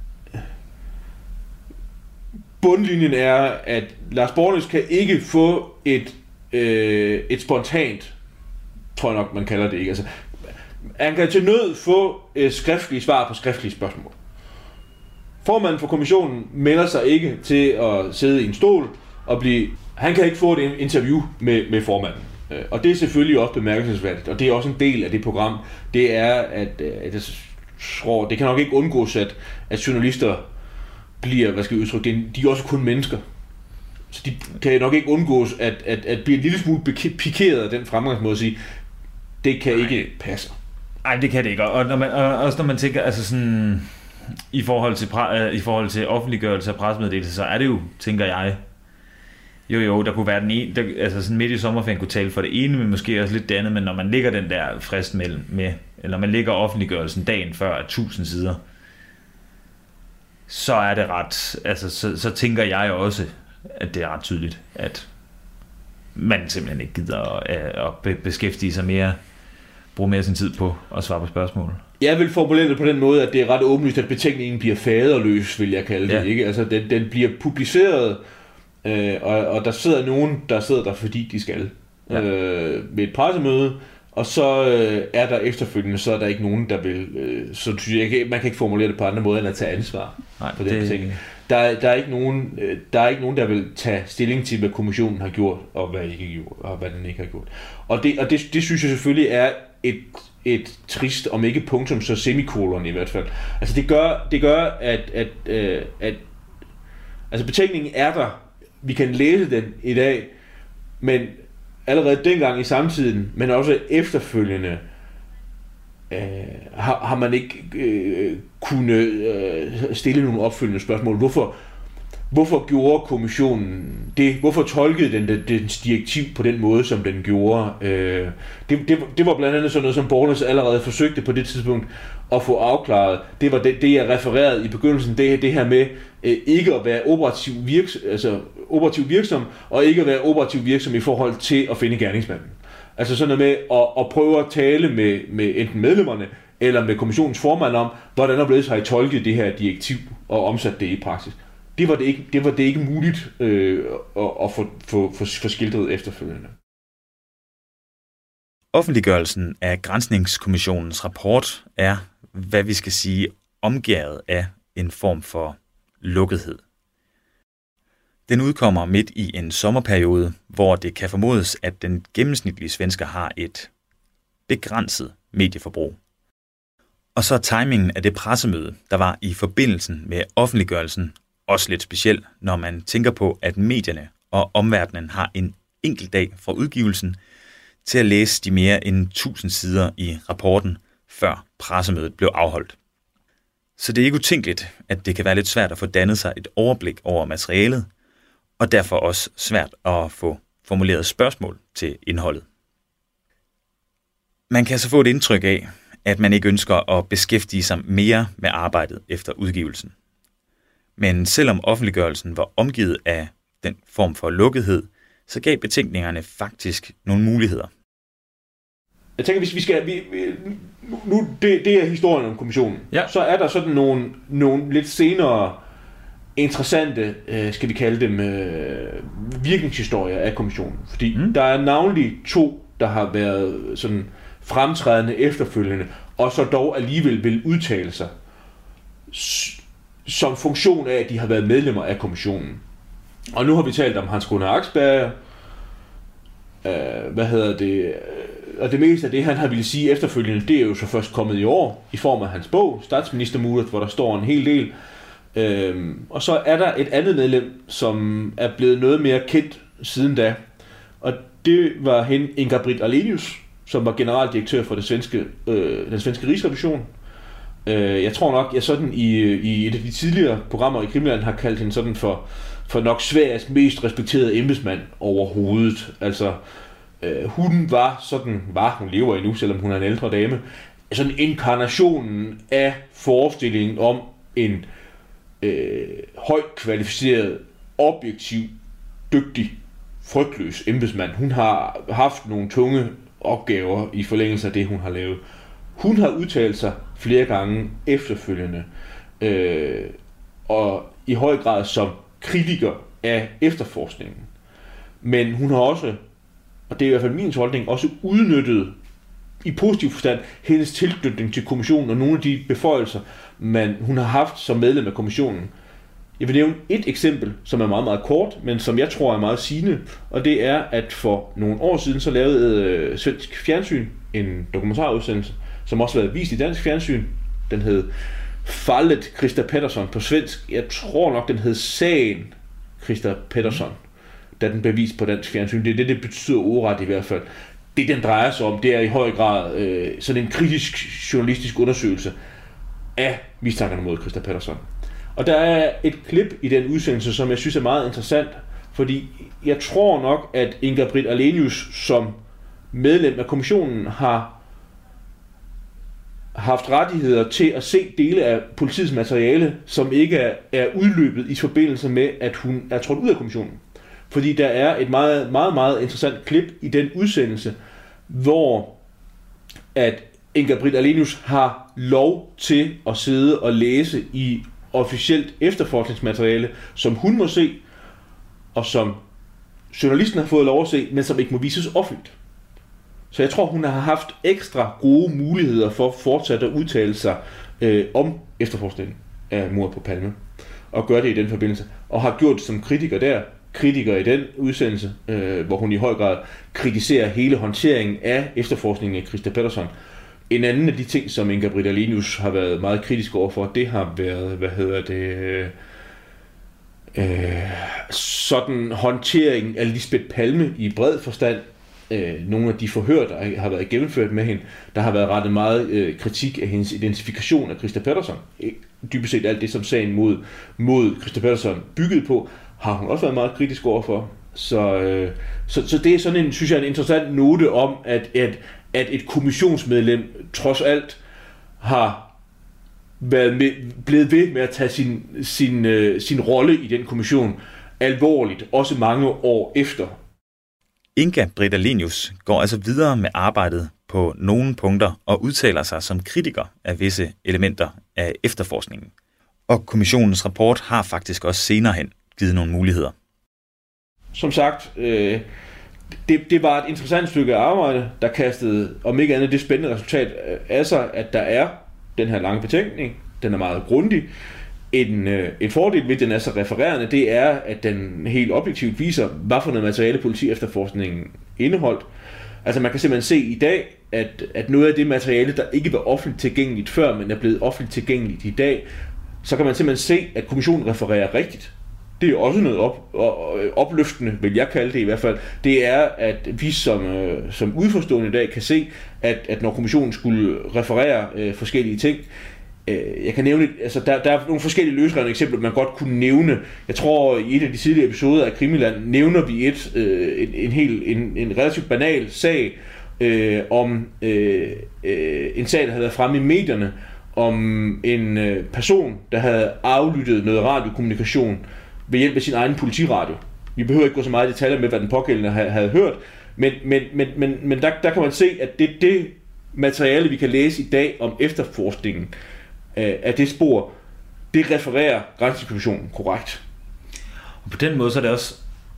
bundlinjen er, at Lars Bornes kan ikke få et, øh, et spontant, tror jeg nok, man kalder det ikke. Altså, han kan til nød få øh, skriftlige svar på skriftlige spørgsmål. Formanden for kommissionen melder sig ikke til at sidde i en stol og blive... Han kan ikke få et interview med, med formanden. Og det er selvfølgelig også bemærkelsesværdigt, og det er også en del af det program. Det er, at, at jeg tror, det kan nok ikke undgås, at, at journalister bliver, hvad skal vi udtrykke, de er også kun mennesker. Så de kan nok ikke undgås, at, at, at blive en lille smule pikeret af den fremgangsmåde at sige, det kan ikke passe. Nej, det kan det ikke. Og, når man, og også når man tænker, altså sådan, i forhold til, i forhold til offentliggørelse af pressemeddelelse, så er det jo, tænker jeg, Jo jo, der kunne være den ene, der, altså sådan midt i sommerferien kunne tale for det ene, men måske også lidt det andet, men når man ligger den der frist mellem med eller man lægger offentliggørelsen dagen før af tusind sider, så er det ret, altså så, så tænker jeg også, at det er ret tydeligt, at man simpelthen ikke gider at, at beskæftige sig mere, bruge mere sin tid på at svare på spørgsmål. Jeg vil formulere det på den måde, at det er ret åbenlyst, at betænkningen bliver faderløs, vil jeg kalde det. Ja. Ikke? Altså, den, den bliver publiceret, øh, og, og der sidder nogen, der sidder der, fordi de skal. Ja. Øh, ved et pressemøde, og så øh, er der efterfølgende, så er der ikke nogen, der vil... Øh, så synes jeg ikke, man kan ikke formulere det på andre måder, end at tage ansvar. Nej, for den det... betænkning. Der, der, er ikke nogen, øh, der er ikke nogen, der vil tage stilling til, hvad kommissionen har gjort, og hvad ikke har gjort, og hvad den ikke har gjort. Og det, og det, det synes jeg selvfølgelig er et, et trist, om ikke punktum, så semikolon i hvert fald. Altså det gør, det gør at, at, øh, at altså betænkningen er der, vi kan læse den i dag, men allerede dengang i samtiden, men også efterfølgende, øh, har, har man ikke øh, kunnet øh, stille nogle opfølgende spørgsmål. Hvorfor, hvorfor gjorde kommissionen det? Hvorfor tolkede den dens direktiv på den måde, som den gjorde? Øh, det, det, det var blandt andet sådan noget, som Bornes allerede forsøgte på det tidspunkt at få afklaret. Det var det, det jeg refererede i begyndelsen, det, det her med øh, ikke at være operativ, virks, altså, operativ virksom, og ikke at være operativ virksom i forhold til at finde gerningsmanden. Altså sådan noget med at, at prøve at tale med, med enten medlemmerne, eller med kommissionens formand om, hvordan der blevet sig tolket det her direktiv og omsat det i praksis. Det var det ikke, det var det ikke muligt øh, at, at få, få, få, få skildret efterfølgende. Offentliggørelsen af Granskningskommissionens rapport er, hvad vi skal sige, omgærdet af en form for lukkethed. Den udkommer midt i en sommerperiode, hvor det kan formodes, at den gennemsnitlige svensker har et begrænset medieforbrug. Og så er timingen af det pressemøde, der var i forbindelsen med offentliggørelsen, også lidt speciel, når man tænker på, at medierne og omverdenen har en enkelt dag fra udgivelsen til at læse de mere end tusind sider i rapporten, før pressemødet blev afholdt. Så det er ikke utænkeligt, at det kan være lidt svært at få dannet sig et overblik over materialet, og derfor også svært at få formuleret spørgsmål til indholdet. Man kan så få et indtryk af, at man ikke ønsker at beskæftige sig mere med arbejdet efter udgivelsen. Men selvom offentliggørelsen var omgivet af den form for lukkethed, så gav betænkningerne faktisk nogle muligheder. Jeg tænker, hvis vi skal... Vi, vi, nu, det, det er historien om kommissionen. Ja. Så er der sådan nogle, nogle lidt senere interessante, øh, skal vi kalde dem, øh, virkningshistorier af kommissionen. Fordi mm. der er navnlig to, der har været sådan fremtrædende efterfølgende, og så dog alligevel vil udtale sig som funktion af, at de har været medlemmer af kommissionen. Og nu har vi talt om Hans Gunnar Axberger, øh, hvad hedder det, og det meste af det, han har ville sige efterfølgende, det er jo så først kommet i år, i form af hans bog, Statsministermordet, hvor der står en hel del. Øh, og så er der et andet medlem, som er blevet noget mere kendt siden da, og det var hende, Inga-Britt Ahlenius, som var generaldirektør for det svenske, øh, den svenske Rigsrevision. Jeg tror nok, jeg sådan i, i et af de tidligere programmer i Krimiland har kaldt hende sådan for, for nok Sveriges mest respekterede embedsmand overhovedet. Altså, øh, hun var sådan, var, hun lever endnu, selvom hun er en ældre dame, sådan inkarnationen af forestillingen om en øh, højt kvalificeret, objektiv, dygtig, frygtløs embedsmand. Hun har haft nogle tunge opgaver i forlængelse af det, hun har lavet. Hun har udtalt sig flere gange efterfølgende, øh, og i høj grad som kritiker af efterforskningen. Men hun har også, og det er i hvert fald min holdning, også udnyttet i positiv forstand hendes tilknytning til kommissionen og nogle af de beføjelser, man, hun har haft som medlem af kommissionen. Jeg vil nævne et eksempel, som er meget, meget kort, men som jeg tror er meget sigende, og det er, at for nogle år siden så lavede øh, svensk fjernsyn en dokumentarudsendelse, som også har været vist i dansk fjernsyn. Den hed Fallet Christer Pettersson på svensk. Jeg tror nok, den hed Sagen Christer Pettersson, da den blev vist på dansk fjernsyn. Det er det, det betyder ordret i hvert fald. Det, den drejer sig om, det er i høj grad øh, sådan en kritisk journalistisk undersøgelse af mistankerne mod Christer Pettersson. Og der er et klip i den udsendelse, som jeg synes er meget interessant, fordi jeg tror nok, at Inga-Britt Ahlenius som medlem af kommissionen har haft rettigheder til at se dele af politiets materiale, som ikke er, er udløbet i forbindelse med, at hun er trådt ud af kommissionen. Fordi der er et meget, meget, meget interessant klip i den udsendelse, hvor at Inger-Britt Ahlenius har lov til at sidde og læse i officielt efterforskningsmateriale, som hun må se, og som journalisten har fået lov at se, men som ikke må vises offentligt. Så jeg tror, hun har haft ekstra gode muligheder for fortsat at udtale sig øh, om efterforskningen af mordet på Palme, og gøre det i den forbindelse, og har gjort det som kritiker der, kritiker i den udsendelse, øh, hvor hun i høj grad kritiserer hele håndteringen af efterforskningen af Christa Pettersson. En anden af de ting, som Inger-Britt Ahlenius har været meget kritisk overfor, det har været, hvad hedder det, øh, sådan håndtering af Lisbeth Palme i bred forstand. Øh, nogle af de forhør, der har været gennemført med hende, der har været rettet meget øh, kritik af hendes identifikation af Christa Pettersson. Dybest set alt det, som sagen mod, mod Christa Pettersson byggede på, har hun også været meget kritisk overfor. Så, øh, så, så det er sådan en, synes jeg, en interessant note om, at, at, at et kommissionsmedlem trods alt har været med, blevet ved med at tage sin, sin, øh, sin rolle i den kommission alvorligt, også mange år efter. Inger-Britt Ahlenius går altså videre med arbejdet på nogle punkter og udtaler sig som kritiker af visse elementer af efterforskningen. Og kommissionens rapport har faktisk også senere hen givet nogle muligheder. Som sagt, øh, det, det var et interessant stykke arbejde, der kastede, om ikke andet, det spændende resultat af sig, at der er den her lange betænkning. Den er meget grundig. En, øh, en fordel ved, at den er så refererende, det er, at den helt objektivt viser, hvad for noget materiale politi efterforskningen indeholdt. Altså man kan simpelthen se i dag, at, at noget af det materiale, der ikke var offentligt tilgængeligt før, men er blevet offentligt tilgængeligt i dag, så kan man simpelthen se, at kommissionen refererer rigtigt. Det er også noget op, opløftende, vil jeg kalde det i hvert fald. Det er, at vi som, øh, som udforstående i dag kan se, at, at når kommissionen skulle referere øh, forskellige ting, øh, jeg kan nævne, altså der, der er nogle forskellige løsrevne eksempler, man godt kunne nævne. Jeg tror, i et af de tidligere episoder af Krimiland nævner vi et, øh, en, en, helt, en, en relativt banal sag øh, om øh, øh, en sag, der havde været fremme i medierne, om en øh, person, der havde aflyttet noget radiokommunikation ved hjælp af sin egen politiradio. Vi behøver ikke gå så meget i detaljer med, hvad den pågældende havde, havde hørt, men, men, men, men, men der, der kan man se, at det det materiale, vi kan læse i dag om efterforskningen øh, af det spor, det refererer Granskningskommissionen korrekt. Og på den måde så er det også,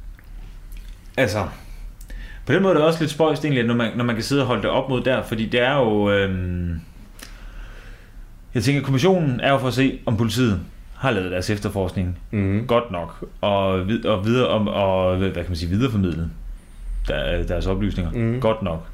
altså, på den måde er det også lidt spøjst egentlig, når man, når man kan sidde og holde det op mod der, fordi det er jo, øhm, jeg tænker, kommissionen er jo for at se, om politiet har lavet deres efterforskning mm. godt nok, og, og, videre, og, og hvad kan man sige, videreformidlet der, deres oplysninger mm. godt nok.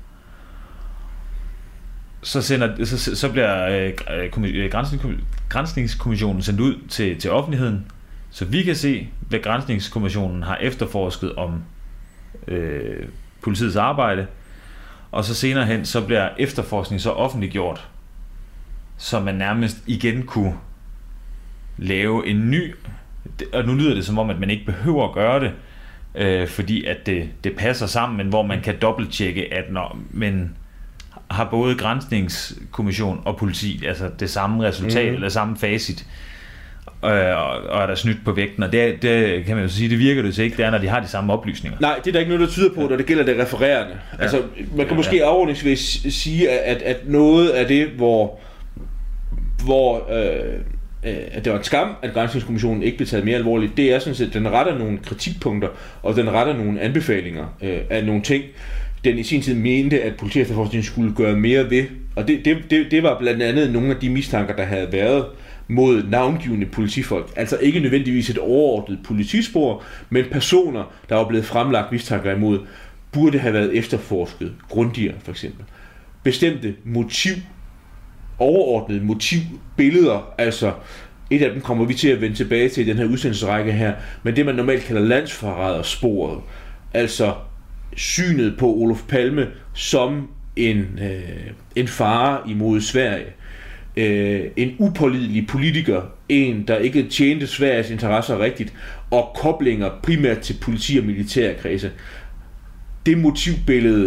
Så, sender, så, så bliver øh, Granskningskommissionen sendt ud til, til offentligheden, så vi kan se, hvad Granskningskommissionen har efterforsket om øh, politiets arbejde, og så senere hen, så bliver efterforskning så offentliggjort, så man nærmest igen kunne lave en ny, og nu lyder det som om, at man ikke behøver at gøre det, øh, fordi at det, det passer sammen, men hvor man kan dobbelttjekke, at når man har både Granskningskommission og politi, altså det samme resultat, mm. eller samme facit, øh, og, og er der snydt på vægten, og det, det kan man jo sige, det virker det til ikke, det er, når de har de samme oplysninger. Nej, det er der ikke noget, der tyder på, når det gælder det refererende. Ja. Altså, man kan måske ja, ja. afordningsvis sige, at, at noget af det, hvor, hvor øh, at det var en skam, at Granskningskommissionen ikke blev taget mere alvorligt, det er sådan set, at den retter nogle kritikpunkter, og den retter nogle anbefalinger øh, af nogle ting, den i sin tid mente, at politiefterforskningen skulle gøre mere ved. Og det, det, det, det var blandt andet nogle af de mistanker, der havde været mod navngivende politifolk. Altså ikke nødvendigvis et overordnet politispor, men personer, der var blevet fremlagt mistanker imod, burde have været efterforsket grundigere, for eksempel. Bestemte motiv, overordnede motivbilleder, altså et af dem kommer vi til at vende tilbage til i den her udsendelsesrække her, men det man normalt kalder landsforrædersporet, altså synet på Olof Palme som en, øh, en fare imod Sverige, øh, en upålidelig politiker, en der ikke tjente Sveriges interesser rigtigt, og koblinger primært til politi- og militærkredse. Det motivbillede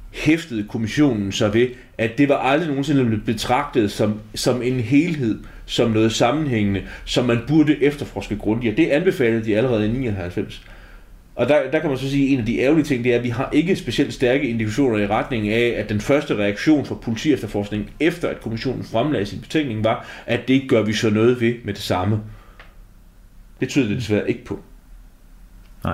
hæftede kommissionen sig ved, at det var aldrig nogensinde blevet betragtet som, som en helhed, som noget sammenhængende, som man burde efterforske grundigt. Og det anbefalede de allerede i nioghalvfems. Og der, der kan man så sige, at en af de ærgerlige ting, det er, at vi har ikke specielt stærke indikationer i retning af, at den første reaktion fra politiefterforskningen, efter at kommissionen fremlagde sin betænkning, var, at det gør vi så noget ved med det samme. Det tyder det desværre ikke på. Nej.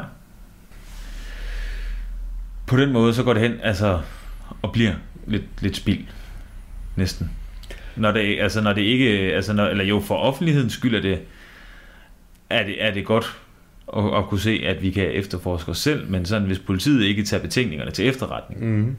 På den måde, så går det hen, altså, og bliver lidt, lidt spild. Næsten. Når det, altså, når det ikke, altså, når, eller jo, for offentlighedens skyld er det, er det, er det godt at, at kunne se, at vi kan efterforske os selv, men sådan, hvis politiet ikke tager betænkningerne til efterretning, mm.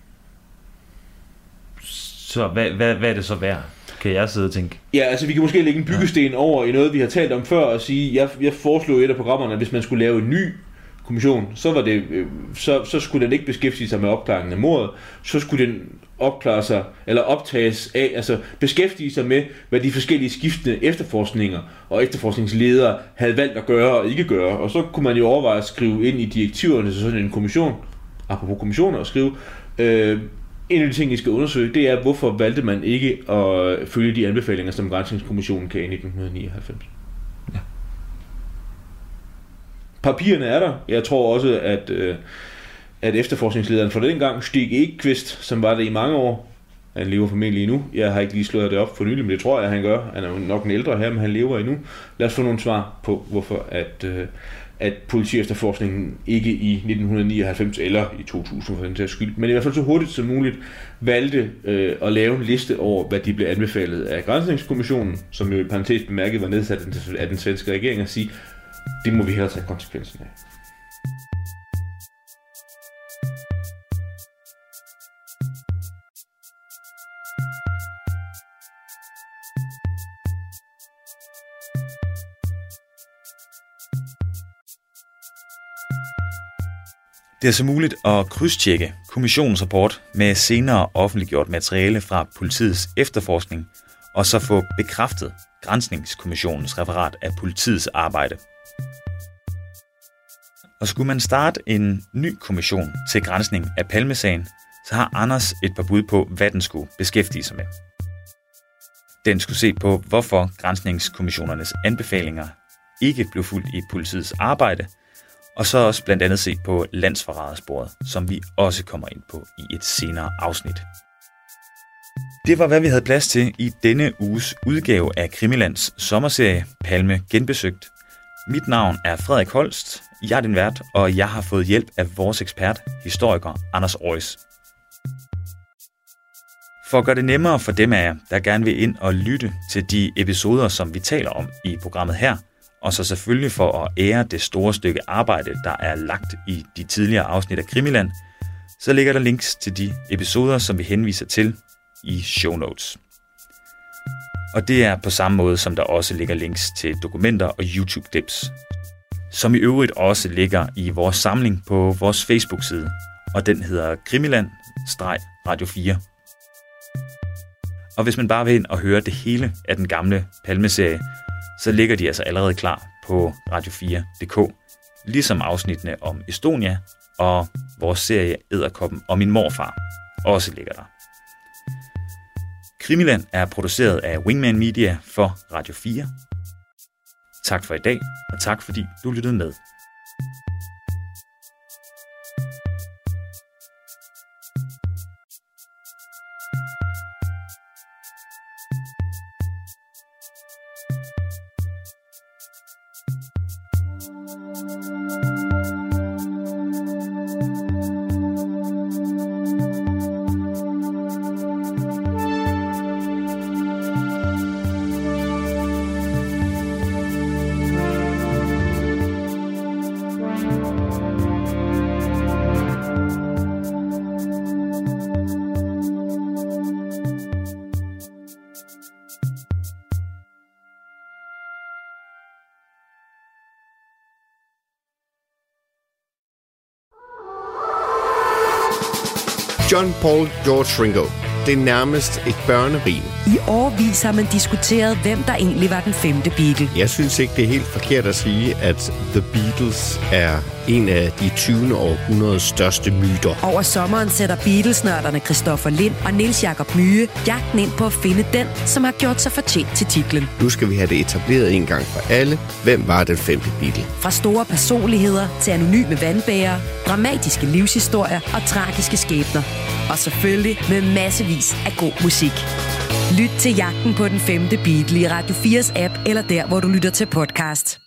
så hvad, hvad, hvad er det så værd? Kan jeg sidde og tænke? Ja, altså vi kan måske lægge en byggesten ja. over i noget, vi har talt om før, og sige, jeg, jeg foreslog i et af programmerne, at hvis man skulle lave en ny kommission, så var det, så, så skulle den ikke beskæftige sig med opklaringen af mordet, så skulle den opklare sig, eller optages af, altså beskæftige sig med, hvad de forskellige skiftende efterforskninger og efterforskningsledere havde valgt at gøre og ikke gøre, og så kunne man jo overveje at skrive ind i direktiverne til sådan en kommission, apropos kommissioner, og skrive, øh, en af de ting, I skal undersøge, det er, hvorfor valgte man ikke at følge de anbefalinger, som Granskningskommissionen gav i nitten nioghalvfems. Ja. Papirerne er der. Jeg tror også, at, at efterforskningslederen for den gang, Stig Ekqvist, som var det i mange år, han lever formentlig endnu. Jeg har ikke lige slået det op for nylig, men det tror jeg, han gør. Han er jo nok en ældre her, men han lever endnu. Lad os få nogle svar på, hvorfor at, at politiefterforskningen ikke i nitten nioghalvfems eller i to tusind for den sags skyld, men i hvert fald så hurtigt som muligt valgte øh, at lave en liste over, hvad de blev anbefalet af Granskningskommissionen, som jo i parentes bemærket var nedsat af den svenske regering, at sige, det må vi hellere tage konsekvensen af. Det er så muligt at krydstjekke kommissionens rapport med senere offentliggjort materiale fra politiets efterforskning, og så få bekræftet Granskningskommissionens referat af politiets arbejde. Og skulle man starte en ny kommission til granskning af Palmesagen, så har Anders et par bud på, hvad den skulle beskæftige sig med. Den skulle se på, hvorfor Granskningskommissionernes anbefalinger ikke blev fulgt i politiets arbejde, og så også blandt andet se på landsforrædersporet, som vi også kommer ind på i et senere afsnit. Det var, hvad vi havde plads til i denne uges udgave af Krimilands sommerserie Palme Genbesøgt. Mit navn er Frederik Holst, jeg er din vært, og jeg har fået hjælp af vores ekspert, historiker Anders Ois. For at gøre det nemmere for dem af jer, der gerne vil ind og lytte til de episoder, som vi taler om i programmet her, og så selvfølgelig for at ære det store stykke arbejde, der er lagt i de tidligere afsnit af Krimiland, så ligger der links til de episoder, som vi henviser til i show notes. Og det er på samme måde, som der også ligger links til dokumenter og YouTube-dips, som i øvrigt også ligger i vores samling på vores Facebook-side, og den hedder Krimiland-Radio fire. Og hvis man bare vil ind og høre det hele af den gamle Palme-serie, så ligger de altså allerede klar på radio fire punktum d k, ligesom afsnittene om Estonia og vores serie Edderkoppen og min morfar også ligger der. Krimiland er produceret af Wingman Media for Radio fire. Tak for i dag, og tak fordi du lyttede med. John Paul George Ringo. Det er nærmest et børnerim. I årevis har man diskuteret, hvem der egentlig var den femte Beatle. Jeg synes ikke, det er helt forkert at sige, at The Beatles er en af de tyvende århundredes største myter. Over sommeren sætter Beatles-nørderne Christoffer Lind og Niels Jakob Myhe jagten ind på at finde den, som har gjort sig fortjent til titlen. Nu skal vi have det etableret en gang for alle. Hvem var den femte Beatle? Fra store personligheder til anonyme vandbærere, dramatiske livshistorier og tragiske skæbner. Og selvfølgelig med massevis af god musik. Lyt til Jagten på den femte Beatle i Radio fires app eller der, hvor du lytter til podcast.